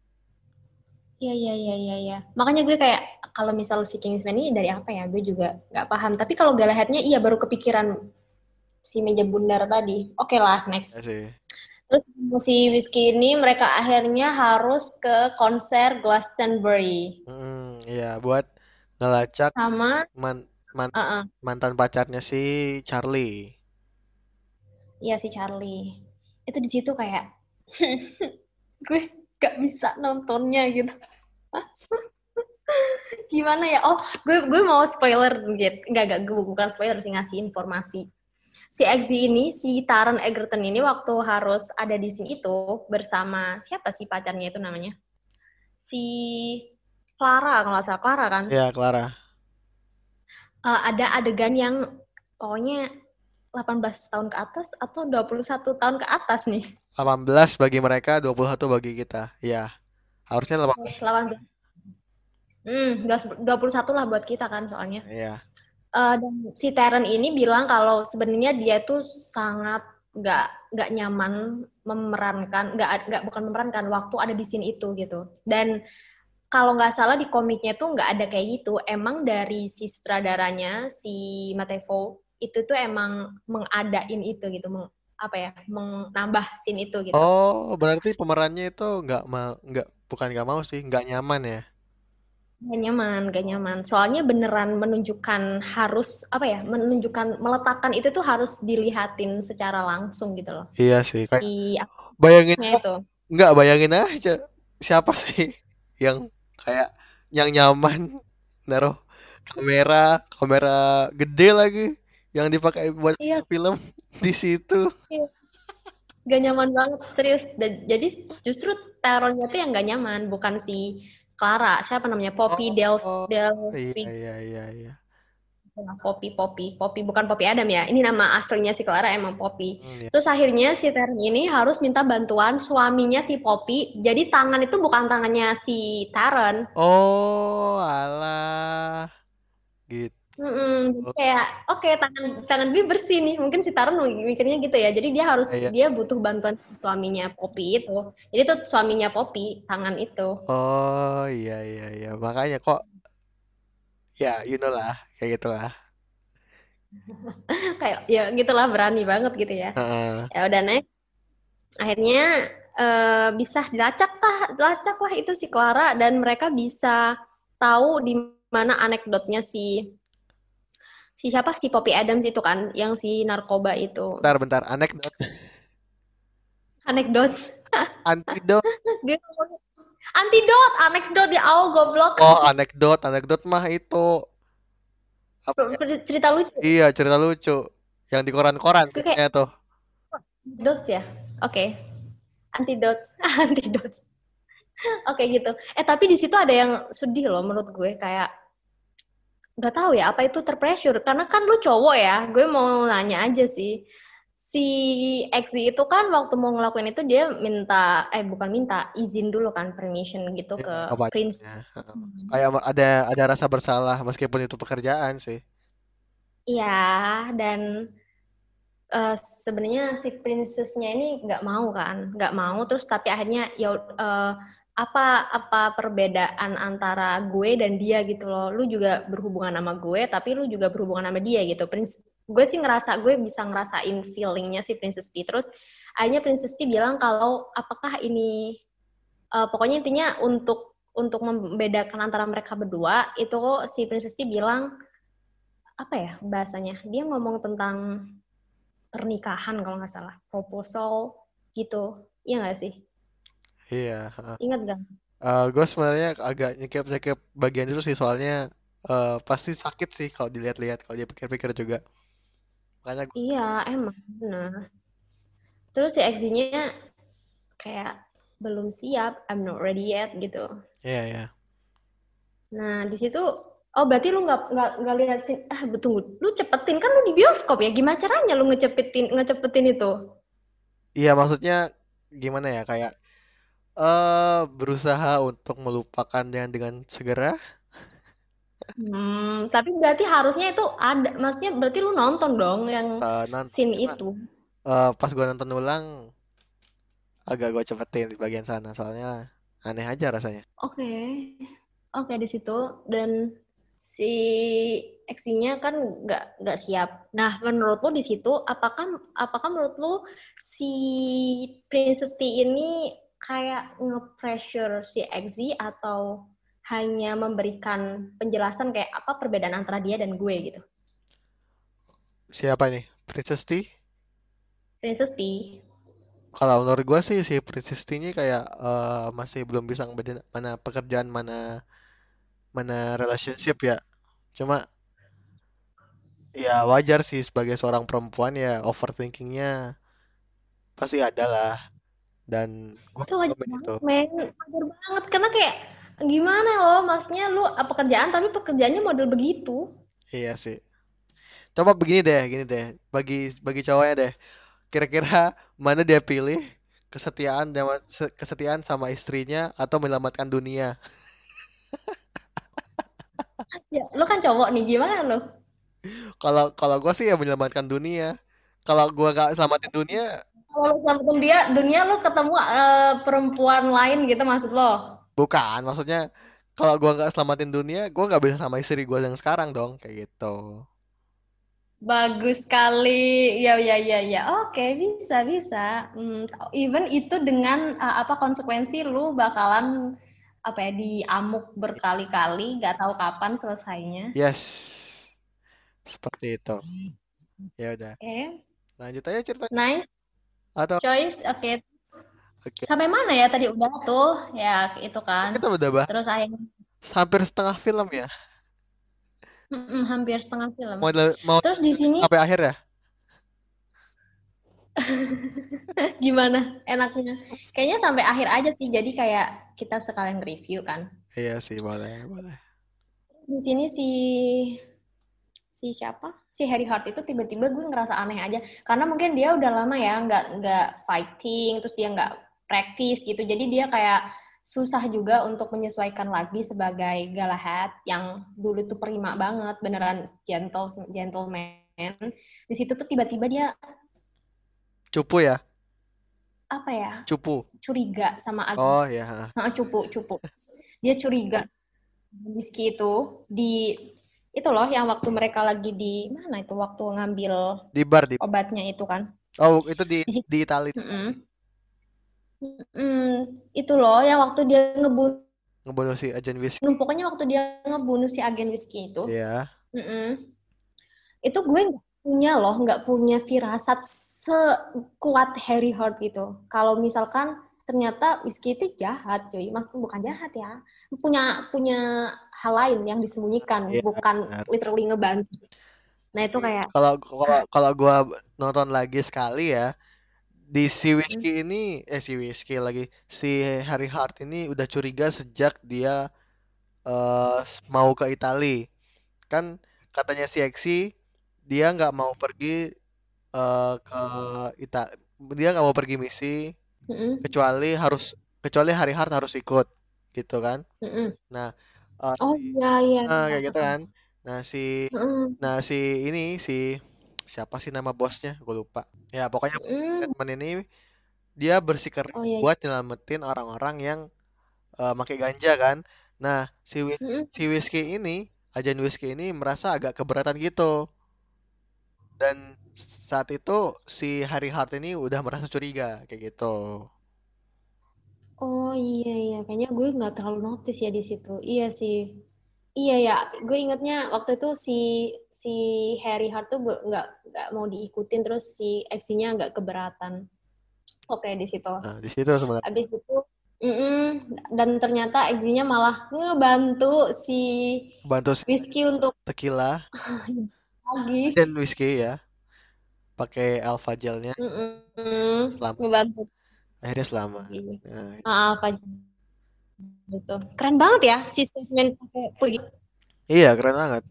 Iya, iya, iya, iya, iya. Makanya gue kayak, kalau misal si Kingsman ini dari apa ya, gue juga nggak paham. Tapi kalau Galahadnya, iya baru kepikiran si meja bundar tadi. Oke lah, next. Ya sih. Terus si Whiskey ini mereka akhirnya harus ke konser Glastonbury. Hmm, iya buat ngelacak Sama, man, man- uh-uh, mantan pacarnya si Charlie. iya si Charlie. Itu di situ kayak, gue gak bisa nontonnya gitu. Gimana ya? Oh, gue gue mau spoiler gitu. Enggak, enggak, gue bukan spoiler sih, ngasih informasi. Si Exy ini, si Taron Egerton ini waktu harus ada di scene itu bersama siapa sih pacarnya itu namanya? Si Clara, kalau nggak salah Clara kan. Ya, Clara. Uh, ada adegan yang pokoknya delapan belas tahun ke atas atau dua puluh satu tahun ke atas nih. delapan belas bagi mereka, dua puluh satu bagi kita. Ya, harusnya delapan belas. delapan belas. Hmm, dua puluh satu lah buat kita kan soalnya. Ya. Uh, dan si Taron ini bilang kalau sebenarnya dia tuh sangat nggak nggak nyaman memerankan nggak nggak bukan memerankan waktu ada di scene itu gitu. Dan kalau nggak salah di komiknya tuh nggak ada kayak gitu. Emang dari si sutradaranya si Matevo itu tuh emang mengadain itu gitu, meng, apa ya, menambah scene itu gitu. Oh, berarti pemerannya itu nggak mau, nggak bukan nggak mau sih, nggak nyaman ya? Gak nyaman, gak nyaman. Soalnya beneran menunjukkan harus apa ya, menunjukkan meletakkan itu tuh harus dilihatin secara langsung gitu loh. Iya sih, kayak Si bayangin aktornya itu. nggak bayangin aja siapa sih yang kayak yang nyaman naruh kamera kamera gede lagi yang dipakai buat Iya, film di situ. iya. Gak nyaman banget, serius. Dan, jadi justru Taronnya tuh yang gak nyaman, bukan si Clara. Siapa namanya? Poppy Del Oh, iya Delphi. iya iya iya. Poppy, Poppy, Poppy, bukan Poppy Adam ya. Ini nama aslinya si Clara emang Poppy. Hmm, iya. Terus akhirnya si Taron ini harus minta bantuan suaminya si Poppy. Jadi tangan itu bukan tangannya si Taron. Oh, alah gitu. Mm-mm. Jadi kayak oke okay, tangan tangan gue bersih nih, mungkin si Taron mikirnya gitu ya, jadi dia harus Iya. dia butuh bantuan suaminya Poppy itu, jadi tuh suaminya Poppy tangan itu. Oh, iya iya iya, makanya kok ya you know lah kayak gitulah. Kayak ya gitulah, berani banget gitu ya. Heeh. Ya udah, next akhirnya eh, bisa dilacak lah dilacak lah itu si Clara, dan mereka bisa tahu di mana anekdotnya si si siapa si Poppy Adams itu kan, yang si narkoba itu. Bentar bentar, anekdot. Anekdot. Antidot. Antidot, anekdot di awal goblok. Oh, anekdot, anekdot mah itu apa ya? Cerita lucu. Iya, cerita lucu yang di koran-koran Gue kayak biasanya tuh. antidote ya. Oke. Okay. Antidote. Antidote. Oke okay, gitu. Eh tapi di situ ada yang sedih loh menurut gue, kayak nggak tahu ya apa itu terpressure karena kan lu cowok ya, gue mau nanya aja sih, si X itu kan waktu mau ngelakuin itu dia minta eh bukan minta izin dulu kan, permission gitu Ya, ke ke Prince. pacarnya. Heeh. Kayak ada ada rasa bersalah meskipun itu pekerjaan sih. Iya, dan eh, sebenarnya si princessnya ini nggak mau kan, nggak mau terus tapi akhirnya ya eh, apa apa perbedaan antara gue dan dia gitu loh, lu juga berhubungan sama gue tapi lu juga berhubungan sama dia gitu. Prince, gue sih ngerasa gue bisa ngerasain feelingnya si Princess T. Terus akhirnya Princess T bilang kalau apakah ini eh, pokoknya intinya untuk untuk membedakan antara mereka berdua itu si Princess T bilang apa ya bahasanya, dia ngomong tentang pernikahan kalau nggak salah, proposal gitu, iya nggak sih? Iya, heeh. Ingat nggak? Eh, gue sebenarnya agak nyekep-nyekep bagian itu sih soalnya eh, pasti sakit sih kalau dilihat-lihat kalau dia pikir-pikir juga. Makanya gue, Iya, emang benar. Terus si X Z-nya kayak belum siap, I'm not ready yet gitu. iya ya. Nah di situ, oh berarti lu nggak nggak nggak lihat sih? Ah tunggu, lu cepetin kan lu di bioskop ya? Gimana caranya lu ngecepetin ngecepetin itu? Iya maksudnya gimana ya kayak eh berusaha untuk melupakan dengan dengan segera. Hmm, tapi berarti harusnya itu ada, maksudnya berarti lu nonton dong yang Eh, nonton scene cuma itu. eh, pas gue nonton ulang agak gue cepetin di bagian sana soalnya aneh aja rasanya. Oke, okay. Oke okay, di situ dan si X-nya kan nggak nggak siap. Nah, menurut lo di situ apakah apakah menurut lo si Princess T ini kayak nge-pressure si X atau hanya memberikan penjelasan kayak apa perbedaan antara dia dan gue gitu. Siapa nih? Princess T? Princess T. Kalau menurut gue sih si Princess T ini kayak eh, masih belum bisa ngebedain mana pekerjaan mana mana relationship ya. Cuma ya wajar sih sebagai seorang perempuan ya overthinkingnya pasti ada lah dan gue Itu wajar komen itu. banget, men. Wajar banget karena kayak gimana loh, maksudnya lu pekerjaan tapi pekerjaannya model begitu. Iya sih. Coba begini deh, gini deh. Bagi bagi cowoknya deh. Kira-kira mana dia pilih? Kesetiaan sama se- kesetiaan sama istrinya atau menyelamatkan dunia? Ya, lu kan cowok nih, gimana lu? Kalau kalau gue sih ya menyelamatkan dunia. Kalau gua gak selamatin dunia, Kalau lu samperin dia, dunia lu ketemu eh, perempuan lain gitu maksud lo? bukan. Maksudnya kalau gua nggak selamatin dunia, gua nggak bisa sama istri gua yang sekarang dong, kayak gitu. Bagus sekali. Ya, ya, ya, ya. Oke, bisa, bisa. Hmm, even itu dengan eh, apa konsekuensi lu bakalan apa ya diamuk berkali-kali, nggak tahu kapan selesainya. Yes, seperti itu. Ya udah, Oke, okay. lanjut aja ceritanya. Nice Atau choice. Oke. Okay. oke, Sampai mana ya tadi udah tuh? Ya, itu kan kan. kita udah bahas Terus akhirnya hampir setengah film ya. mm-mm, hampir setengah film. Mau mau Terus di sini sampai akhir ya? gimana enaknya? Kayaknya sampai akhir aja sih. Jadi kayak kita sekalian review kan. Iya sih, boleh, boleh. Terus di sini si si siapa? Si Harry Hart itu tiba-tiba gue ngerasa aneh aja. Karena mungkin dia udah lama ya nggak nggak fighting, terus dia nggak practice gitu. Jadi dia kayak susah juga untuk menyesuaikan lagi sebagai Galahad yang dulu tuh prima banget, beneran gentle gentleman. Di situ tuh tiba-tiba dia Cupu ya? apa ya? Cupu. Curiga sama Agnes. Oh ya. Nah, cupu, cupu. Dia curiga Whisky itu di itu loh yang waktu mereka lagi di mana itu waktu ngambil Di bar di. obatnya itu kan. Oh, itu di Di situ. di Itali. Mm-mm. Mm-mm. Itu loh yang waktu dia ngebunuh, Ngebunuh si agen whisky. pokoknya waktu dia ngebunuh si agen Whisky itu. Iya. Mm-mm. Itu gue nggak punya loh, nggak punya firasat sekuat Harry Hart gitu. Kalau misalkan ternyata Whisky itu jahat, cuy. Maksudnya bukan jahat ya. Punya punya hal lain yang disembunyikan, Iya, bukan benar. literally ngebantu. Nah, itu Tapi kayak kalau kalau kalau gua nonton lagi sekali ya, di si mm, Whiskey ini eh si Whiskey lagi si Harry Hart ini udah curiga sejak dia eh, mau ke Italia kan katanya si Exi dia nggak mau pergi eh, ke Ita dia nggak mau pergi misi Mm-mm. kecuali harus kecuali Hari Hart harus ikut gitu kan. Mm-mm. Nah, eh, Oh si iya iya eh, iya. kayak gitu kan. Nah, si Mm-mm. nah si ini si siapa sih nama bosnya? Gue lupa. Ya, pokoknya bos Mm-mm. statement ini dia bersikeras Oh iya. buat nyelamatin orang-orang yang eh, pakai ganja kan. Nah, si Whis- Mm-mm. si Whiskey ini, agen Whiskey ini merasa agak keberatan gitu. Dan saat itu si Harry Hart ini udah merasa curiga kayak gitu. Oh iya iya, kayaknya gue nggak terlalu notice ya di situ. Iya sih. Iya ya, gue ingetnya waktu itu si si Harry Hart tuh gue nggak nggak mau diikutin, terus si X-nya nggak keberatan. Oke di situ. Nah, di situ sebenarnya Habis itu, mm-mm, dan ternyata X-nya malah ngebantu si bantu si Rizky untuk Tequila lagi. dan Whiskey ya, pakai alpha gelnya Mm-mm, selamat. ngebantu Akhirnya selamat. lagi. Nah, Ah, Kak, gitu. Keren banget ya si statement pakai begitu. iya, keren banget.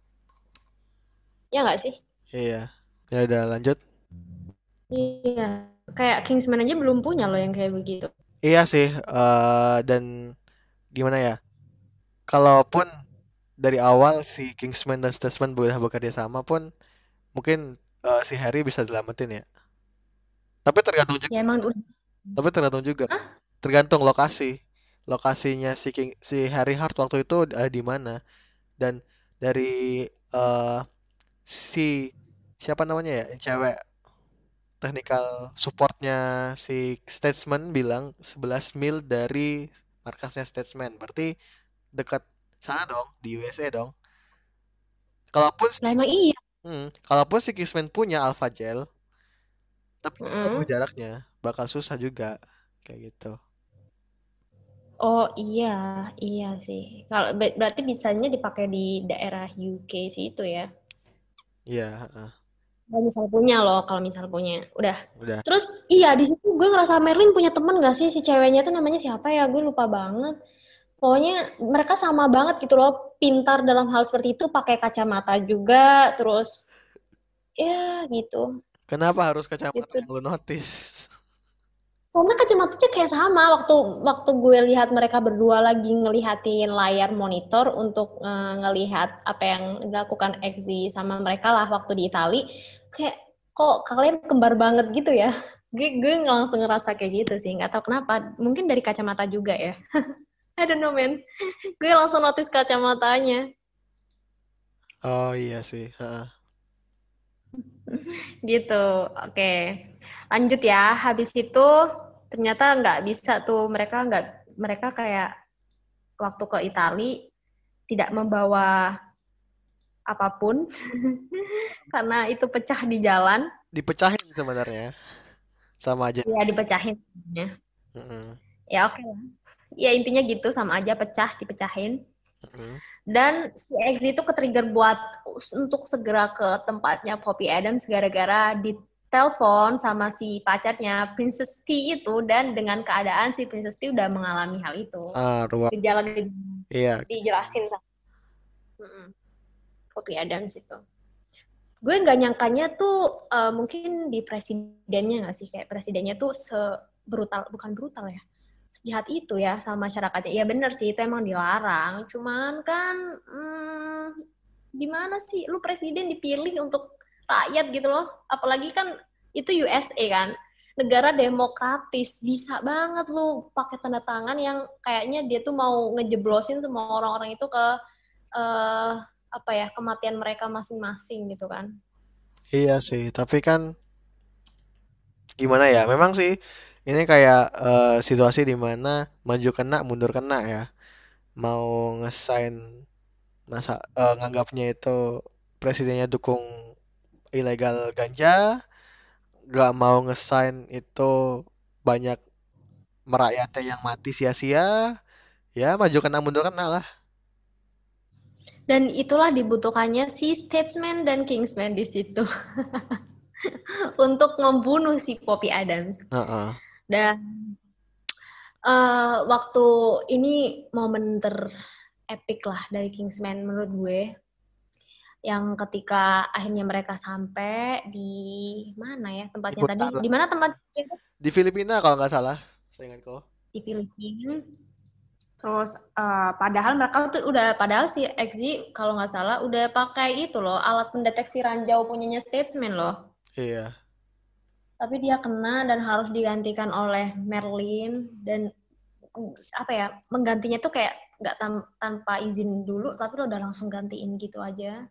Ya nggak sih? Iya. Ya udah lanjut. Iya, kayak Kingsman aja belum punya loh yang kayak begitu. Iya sih, eh dan gimana ya? Kalaupun dari awal si Kingsman dan Statsman udah bekerja sama pun, mungkin eh, si Harry bisa selamatin ya. Tapi tergantung juga, Ya emang udah. tapi tergantung juga, Hah? tergantung lokasi. Lokasinya si King, si Harry Hart waktu itu ada di mana dan dari eh si siapa namanya ya, yang cewek technical supportnya si Statesman bilang sebelas mil dari markasnya Statesman. Berarti dekat sana dong, di U S A dong. Kalaupun Lah si emang iya. hmm, kalaupun si Kingsman punya Alpha Gel, tapi jauh Mm. jaraknya, bakal susah juga kayak gitu. Oh iya, iya sih. Kalau ber- berarti bisanya dipakai di daerah U K sih itu ya. Iya, heeh. Kalau misal punya loh, kalau misal punya. Udah. Udah. Terus iya di situ gue ngerasa Merlin punya temen gak sih si ceweknya tuh namanya siapa ya? Gue lupa banget. Pokoknya mereka sama banget gitu loh, pintar dalam hal seperti itu, pakai kacamata juga, terus ya gitu. Kenapa harus kacamata Gitu. yang lu notice? Soalnya kacamatanya kayak sama waktu waktu gue lihat mereka berdua lagi ngelihatin layar monitor untuk eh, ngelihat apa yang dilakukan X Z sama mereka lah waktu di Itali, kayak kok kalian kembar banget gitu ya. Gue, gue langsung ngerasa kayak gitu sih, nggak tahu kenapa. Mungkin dari kacamata juga ya. I don't know man. Gue langsung notice kacamatanya. Oh iya sih, heeh. Gitu. Oke. Lanjut ya. Habis itu ternyata nggak bisa tuh mereka nggak mereka kayak waktu ke Itali tidak membawa apapun karena itu pecah di jalan. Dipecahin sebenarnya sama aja Ya Whiskey. dipecahin. Heeh. Ya oke lah. Ya intinya gitu sama aja pecah dipecahin. Heeh. Dan si X itu ke-trigger buat untuk segera ke tempatnya Poppy Adams gara-gara ditelepon sama si pacarnya Princess T itu dan dengan keadaan si Princess T udah mengalami hal itu. Ah, ruang. Gejala-gejala Iya. dijelasin sama Poppy Adams itu. Gue nggak nyangkanya tuh uh, mungkin di presidennya nggak sih kayak presidennya tuh sebrutal bukan brutal ya sejahat itu ya sama masyarakatnya. Ya bener sih itu emang dilarang. Cuman kan hmm, gimana sih lu presiden dipilih untuk rakyat gitu loh. Apalagi kan itu U S A kan negara demokratis bisa banget lu pakai tanda tangan yang kayaknya dia tuh mau ngejeblosin semua orang-orang itu ke uh, apa ya kematian mereka masing-masing gitu kan. Iya sih, tapi kan gimana ya? Memang sih ini kayak eh, situasi di mana maju kena, mundur kena ya. Mau ngesain masa eh, nganggapnya itu presidennya dukung ilegal ganja, gak mau ngesain itu banyak merakyatnya yang mati sia-sia, ya maju kena mundur kena lah. Dan itulah dibutuhkannya si statesman dan kingsman di situ untuk membunuh si Poppy Adams. Heeh. Dan uh, waktu ini momen terepik lah dari Kingsman menurut gue. yang ketika akhirnya mereka sampai di mana ya Di tempatnya tadi? Kuntala. Di mana tempat itu? Di Filipina kalau nggak salah, seingatku. Di Filipina. Terus uh, padahal mereka tuh udah padahal si X Z kalau nggak salah udah pakai itu loh alat pendeteksi ranjau punyanya Statesman loh. Iya. Tapi dia kena dan harus digantikan oleh Merlin dan apa ya menggantinya tuh kayak nggak tam- tanpa izin dulu tapi lo udah langsung gantiin gitu aja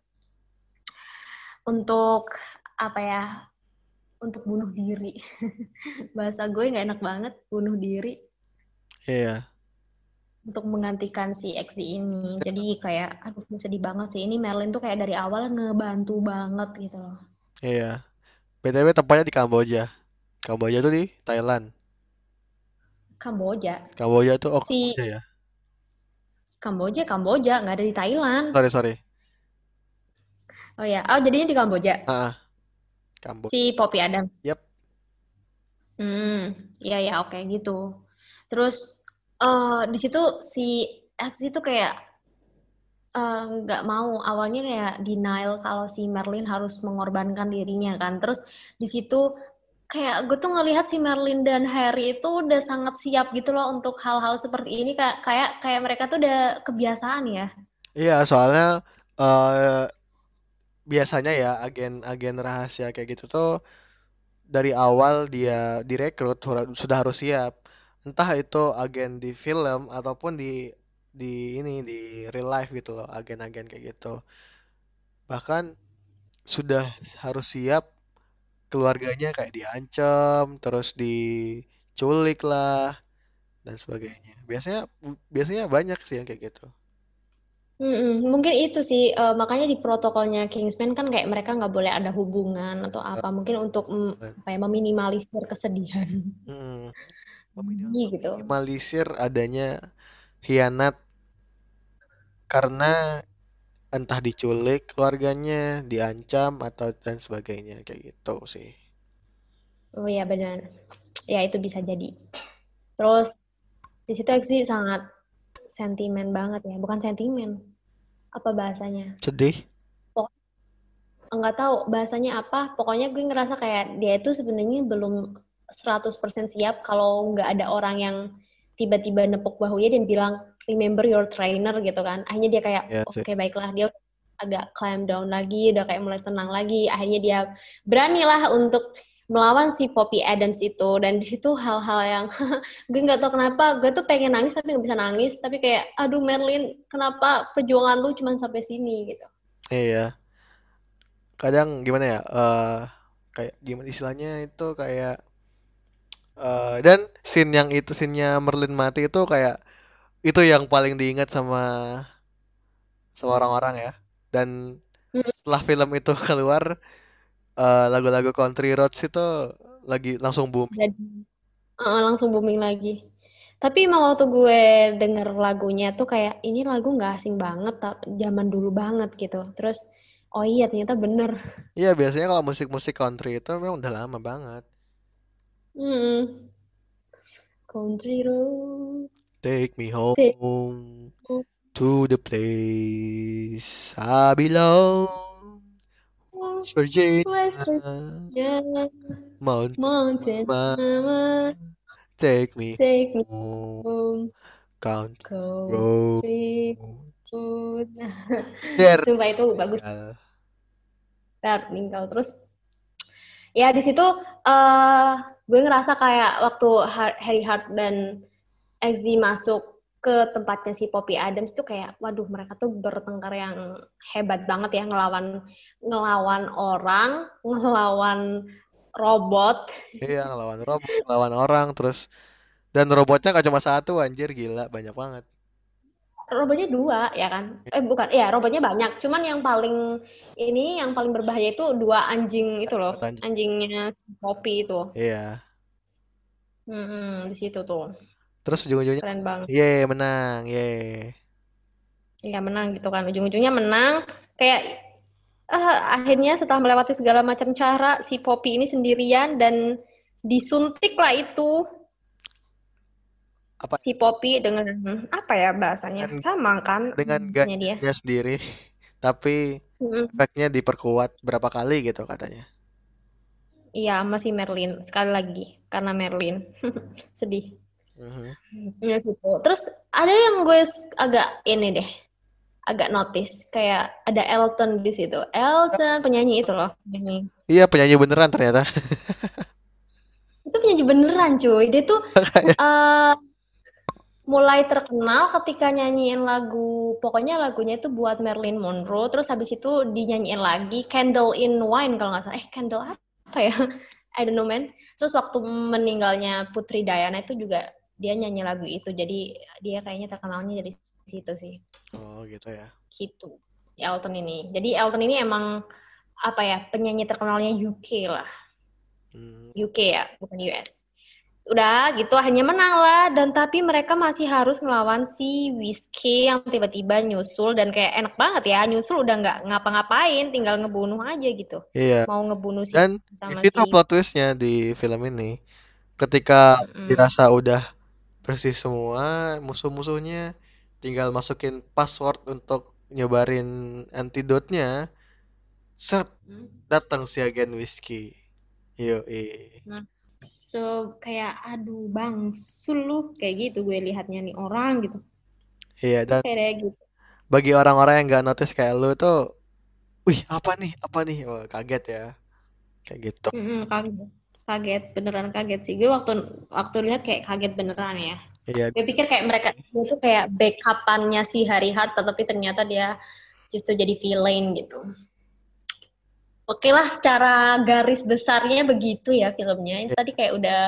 untuk apa ya untuk bunuh diri bahasa gue nggak enak banget bunuh diri Iya. untuk menggantikan si X Z ini jadi kayak aduh sedih banget sih ini Merlin tuh kayak dari awal ngebantu banget gitu loh. Iya. B T W tempatnya di Kamboja. Kamboja tuh di Thailand. Kamboja Kamboja tuh oh si Kamboja ya. Kamboja Kamboja nggak ada di Thailand. Sorry sorry. Oh ya oh jadinya di Kamboja Ah, Kamboja. si Poppy Adams. Yap. Hmm, iya ya oke gitu. Terus eh di situ si X itu kayak eh, nggak mau awalnya kayak denial kalau si Merlin harus mengorbankan dirinya kan. Terus di situ kayak gue tuh ngelihat si Merlin dan Harry itu udah sangat siap gitu loh untuk hal-hal seperti ini kayak kayak kayak mereka tuh udah kebiasaan ya. Iya, soalnya eh biasanya ya agen-agen rahasia kayak gitu tuh dari awal dia direkrut hura- sudah harus siap. Entah itu agen di film ataupun di di ini di real life gitu loh, agen-agen kayak gitu. Bahkan sudah harus siap keluarganya kayak diancam, terus diculik lah dan sebagainya. Biasanya biasanya banyak sih yang kayak gitu. Mm-mm. Mungkin itu sih eh, makanya di protokolnya Kingsman kan kayak mereka nggak boleh ada hubungan atau apa mungkin untuk mm, apa ya, meminimalisir kesedihan Hmm, meminim- gitu. meminimalisir adanya khianat karena entah diculik keluarganya, diancam atau dan sebagainya kayak gitu sih. Oh iya benar. Ya itu bisa jadi. Terus di situ sih sangat sentimen banget ya. Bukan sentimen. Apa bahasanya? Sedih? Pok nggak tahu bahasanya apa. Pokoknya gue ngerasa kayak dia itu sebenarnya belum seratus persen siap kalau nggak ada orang yang tiba-tiba nepuk bahunya dan bilang remember your trainer gitu kan. Akhirnya dia kayak Ya oke sih. okay, baiklah dia agak climb down lagi, udah kayak mulai tenang lagi. Akhirnya dia beranilah untuk melawan si Poppy Adams itu dan di situ hal-hal yang gue nggak tahu kenapa gue tuh pengen nangis tapi nggak bisa nangis tapi kayak aduh Merlin kenapa perjuangan lu cuma sampai sini gitu. Iya. Kadang gimana ya? eh kayak gimana istilahnya itu kayak eh dan scene yang itu scene-nya Merlin mati itu kayak itu yang paling diingat sama sama orang-orang ya. Dan Hmm, setelah film itu keluar, eh, lagu-lagu Country Roads itu lagi langsung booming. jadi uh, langsung booming lagi. Tapi emang waktu gue denger lagunya tuh kayak ini lagu nggak asing banget, zaman dulu banget gitu. Terus oh iya ternyata bener. Iya, biasanya kalau musik-musik country itu memang udah lama banget. Hmm. Country road, Take me take home to the place I belong. West Virginia, West Virginia, Mountain Mountain Mama, Mama, take me take me home, home, country road. country road. Der Sumpah itu bagus tinggal. banget meninggal terus ya di situ uh, gue ngerasa kayak waktu Harry Hart dan Exy masuk ke tempatnya si Poppy Adams tuh kayak waduh mereka tuh bertengkar yang hebat banget ya ngelawan ngelawan orang ngelawan robot Iya, ngelawan robot, ngelawan orang terus dan robotnya gak cuma satu anjir gila, banyak banget. robotnya dua ya kan eh bukan ya robotnya banyak cuman yang paling ini yang paling berbahaya itu dua anjing itu loh Buat anjing. anjingnya si Poppy itu Iya. hmm, di situ tuh Terus ujung-ujungnya keren menang. banget Ye, menang. Ye. ya menang gitu kan ujung-ujungnya menang kayak ah, akhirnya setelah melewati segala macam cara si Poppy ini sendirian dan disuntik lah itu Apa si Poppy dengan apa ya bahasanya dengan sama kan dengan nya dia ganyanya sendiri. Tapi Mm-mm. Efeknya diperkuat berapa kali gitu katanya. Iya, masih Merlin sekali lagi karena Merlin. Sedih. Mhm. Iya situ. Terus ada yang gue s- agak ini deh, agak notice kayak ada Elton di situ. Elton penyanyi itu loh, penyanyi. Iya, penyanyi beneran ternyata. Itu penyanyi beneran cuy. Dia tuh Kayak eh, mulai terkenal ketika nyanyiin lagu, pokoknya lagunya itu buat Marilyn Monroe, terus habis itu dinyanyiin lagi Candle in Wine kalau nggak salah. Eh, Candle apa ya? I don't know man. Terus waktu meninggalnya Putri Diana itu juga dia nyanyi lagu itu. Jadi dia kayaknya terkenalnya dari situ sih. oh gitu ya. Gitu. Elton ini. Jadi Elton ini emang apa ya, penyanyi terkenalnya U K lah. Hmm, U K ya, bukan U S. Udah gitu akhirnya menang lah, dan tapi mereka masih harus ngelawan si Whiskey yang tiba-tiba nyusul, dan kayak enak banget ya, nyusul udah nggak ngapa-ngapain, tinggal ngebunuh aja gitu, iya. mau ngebunuh si Dan di sama situ si plot twistnya di film ini. Ketika mm, dirasa udah bersih semua musuh-musuhnya, tinggal masukin password untuk nyebarin antidotnya, set datang si agen whisky. Yoi. nah, so kayak aduh bang lu kayak gitu gue lihatnya nih orang gitu, Iya, dan kayak gitu. bagi orang-orang yang nggak notice kayak lu tuh, wih apa nih, apa nih, wah, kaget ya, kayak gitu. Mm-mm, kaget kaget beneran kaget sih gue waktu waktu lihat, kayak kaget beneran ya. Iya, Gue pikir kayak mereka itu kayak backupannya si Harry Hart, tetapi ternyata dia justru jadi villain gitu. Oke lah, secara garis besarnya begitu ya filmnya. Ini tadi iya, kayak udah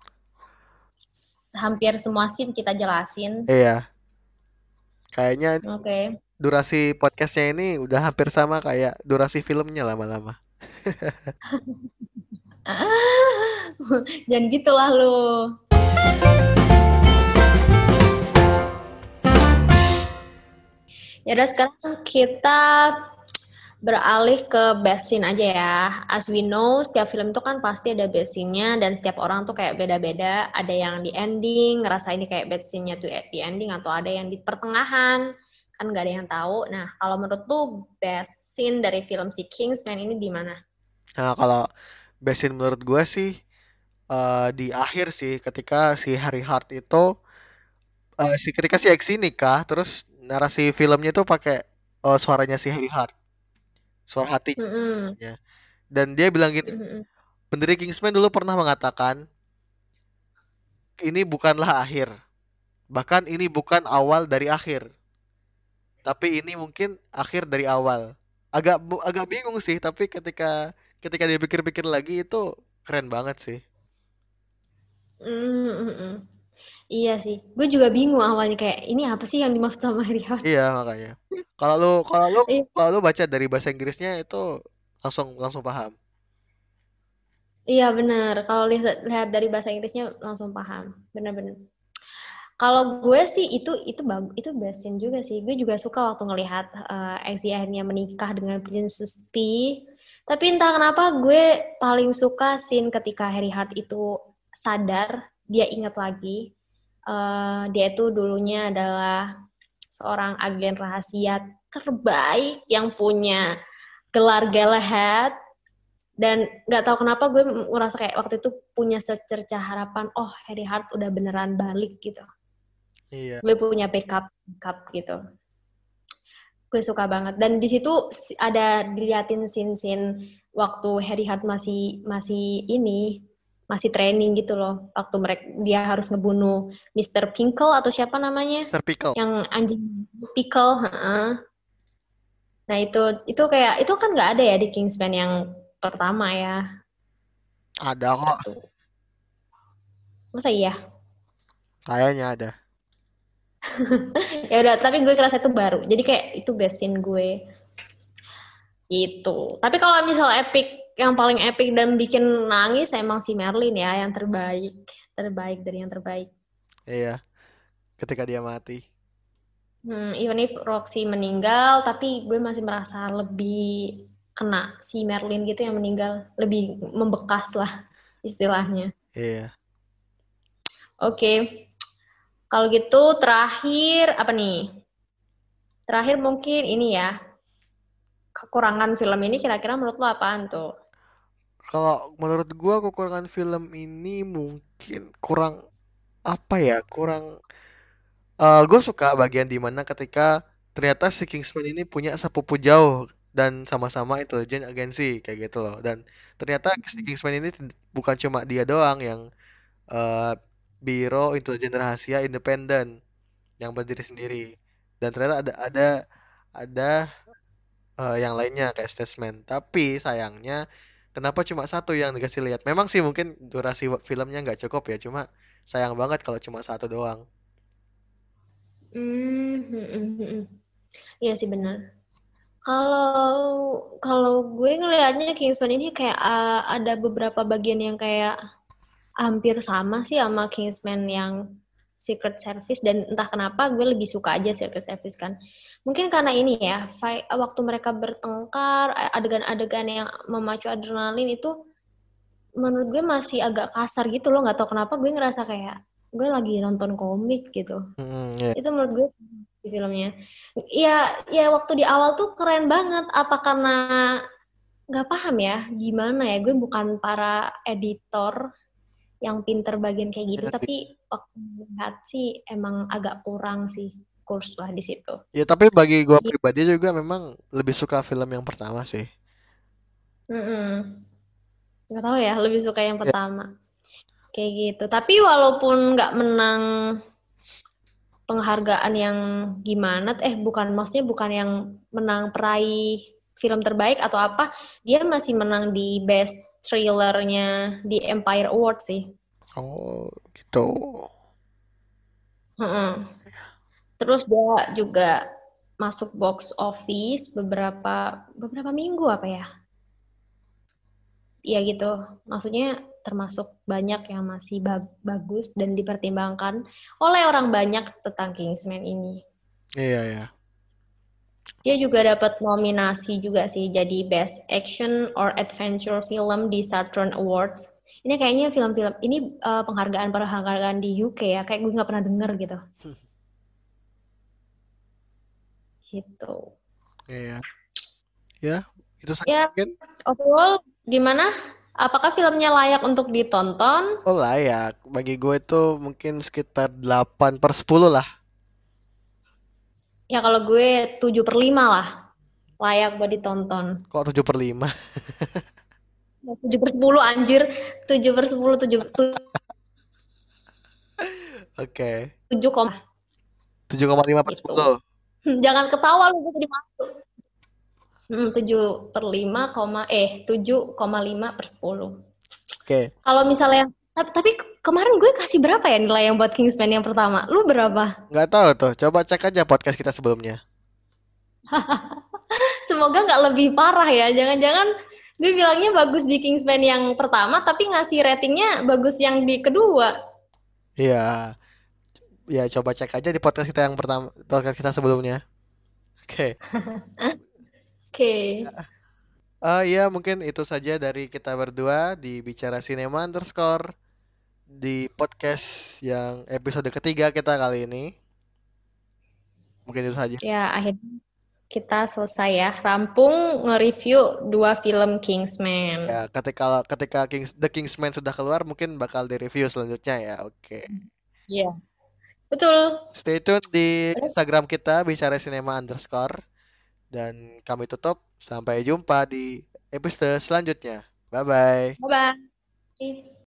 hampir semua scene kita jelasin. iya. Kayaknya Oke. durasi podcastnya ini udah hampir sama kayak durasi filmnya lama-lama. Jangan gitulah lu. Ya udah, sekarang kita beralih ke best scene aja ya. As we know, setiap film itu kan pasti ada best scene-nya, dan setiap orang tuh kayak beda-beda. Ada yang di ending, ngerasa ini kayak best scene-nya tuh di ending, atau ada yang di pertengahan. Kan nggak ada yang tahu. Nah, kalau menurut tuh best scene dari film si Kingsman ini di mana? Nah, kalau besin menurut gue sih eh, di akhir sih ketika si Harry Hart itu eh, si ketika si X nikah terus narasi filmnya itu pakai eh, suaranya si Harry Hart, suara hatinya Mm-mm. sebenarnya. Dan dia bilang gini, Mm-mm. pendiri Kingsman dulu pernah mengatakan, ini bukanlah akhir, bahkan ini bukan awal dari akhir, tapi ini mungkin akhir dari awal. Agak bu- agak bingung sih, tapi ketika ketika dia pikir-pikir lagi itu keren banget sih. Mm-mm. Iya sih, gue juga bingung awalnya, kayak ini apa sih yang dimaksud sama Harry Hart? Iya makanya. Kalau lu kalau lu Iya, kalau lu baca dari bahasa Inggrisnya itu langsung langsung paham. iya bener. Kalau lihat lihat dari bahasa Inggrisnya langsung paham, bener-bener. Kalau gue sih itu itu bagus, itu besin juga sih. Gue juga suka waktu ngelihat uh, Exy akhirnya menikah dengan Princess T. Tapi entah kenapa gue paling suka scene ketika Harry Hart itu sadar, dia ingat lagi uh, dia itu dulunya adalah seorang agen rahasia terbaik yang punya gelar Galahad, dan nggak tahu kenapa gue merasa kayak waktu itu punya secerca harapan, oh Harry Hart udah beneran balik gitu, Iya. gue punya backup backup gitu. Gue suka banget, dan di situ ada diliatin scene-scene waktu Harry Hart masih masih ini masih training gitu loh, waktu mereka dia harus ngebunuh Mister Pinkle atau siapa namanya, Mister Pickle. yang anjing Pickle. Heeh. Nah itu itu kayak itu kan nggak ada ya di Kingsman yang pertama ya, Ada kok. itu masa iya. Kayaknya ada. Ya udah, tapi gue kerasa itu baru, jadi kayak itu best scene gue. Itu. Tapi kalau misal epic, yang paling epic dan bikin nangis emang si Merlin ya, yang terbaik. Terbaik dari yang terbaik. Iya. Ketika dia mati. Hmm, even if Roxy meninggal, tapi gue masih merasa lebih kena si Merlin gitu yang meninggal. Lebih membekas lah istilahnya. Iya. Oke. Okay. Kalau gitu terakhir, apa nih? Terakhir mungkin ini ya. kekurangan film ini kira-kira menurut lo apaan tuh? Kalau menurut gua kekurangan film ini mungkin kurang apa ya? Kurang eh gue suka bagian dimana ketika ternyata si Kingsman ini punya sepupu jauh dan sama-sama intelijen agensi kayak gitu loh. Dan ternyata si Kingsman ini tid- bukan cuma dia doang yang eh, biro intelijen rahasia independen yang berdiri sendiri. Dan ternyata ada ada ada eh, yang lainnya kayak Statesman. Tapi sayangnya kenapa cuma satu yang dikasih lihat? Memang sih mungkin durasi wa- filmnya nggak cukup ya, cuma sayang banget kalau cuma satu doang. Hmm, hmm, hmm, hmm. Iya sih benar. Kalau kalau gue ngelihatnya Kingsman ini kayak uh, ada beberapa bagian yang kayak hampir sama sih sama Kingsman yang Secret Service, dan entah kenapa gue lebih suka aja Secret Service kan. Mungkin karena ini ya, fight, waktu mereka bertengkar, adegan-adegan yang memacu adrenalin itu menurut gue masih agak kasar gitu loh. Nggak tahu kenapa gue ngerasa kayak gue lagi nonton komik gitu. Hmm, ya. Itu menurut gue di filmnya. Ya, ya waktu di awal tuh keren banget. Apa karena nggak paham ya gimana ya? Gue bukan para editor yang pinter bagian kayak gitu, Iya sih. tapi waktu melihat sih emang agak kurang sih kurs lah di situ. Ya tapi bagi gua pribadi juga memang lebih suka film yang pertama sih. Mm-mm. Nggak tahu ya, lebih suka yang Ya, pertama. Kayak gitu. Tapi walaupun nggak menang penghargaan yang gimana, eh bukan, maksudnya bukan yang menang peraih film terbaik atau apa, dia masih menang di best thrillernya di Empire Award sih. oh gitu. Heeh. Terus dia juga masuk box office beberapa beberapa minggu apa ya? Iya gitu. Maksudnya termasuk banyak yang masih ba- bagus dan dipertimbangkan oleh orang banyak tentang Kingsman ini. Iya ya. Dia juga dapat nominasi juga sih jadi Best Action or Adventure Film di Saturn Awards. Ini kayaknya film-film ini uh, penghargaan penghargaan di U K ya, kayak gue nggak pernah denger gitu. Gitu. Iya. Ya, itu saja Ya, mungkin. overall gimana? Apakah filmnya layak untuk ditonton? Oh layak. Bagi gue itu mungkin sekitar delapan per sepuluh lah. Ya kalau gue tujuh per lima lah. Layak buat ditonton. Kok tujuh per lima? Tujuh per sepuluh anjir. Tujuh per sepuluh, tujuh, Oke. tujuh koma tujuh koma lima per gitu. sepuluh. Jangan ketawa lu, gue tadi masuk. Hmm, tujuh per lima, eh tujuh koma lima per sepuluh. Oke. Kalau misalnya, tapi, tapi kemarin gue kasih berapa ya nilai yang buat Kingsman yang pertama? Lu berapa? Nggak tahu tuh. Coba cek aja podcast kita sebelumnya. Semoga nggak lebih parah ya. Jangan-jangan gue bilangnya bagus di Kingsman yang pertama, tapi ngasih ratingnya bagus yang di kedua. Iya. Ya coba cek aja di podcast kita yang pertama, podcast kita sebelumnya. Oke. Oke. Okay. Ah ya mungkin itu saja dari kita berdua di Bicara Sinema Underscore di podcast yang episode ketiga kita kali ini. Mungkin itu saja. Ya, akhirnya kita selesai ya. Rampung nge-review dua film Ya, Kingsman. ketika ketika Kings, The Kingsman sudah keluar, mungkin bakal direview selanjutnya ya. Oke. Iya, betul. Stay tune di Instagram kita bicara sinema underscore dan kami tutup. Sampai jumpa di episode selanjutnya. Bye bye. Bye-bye.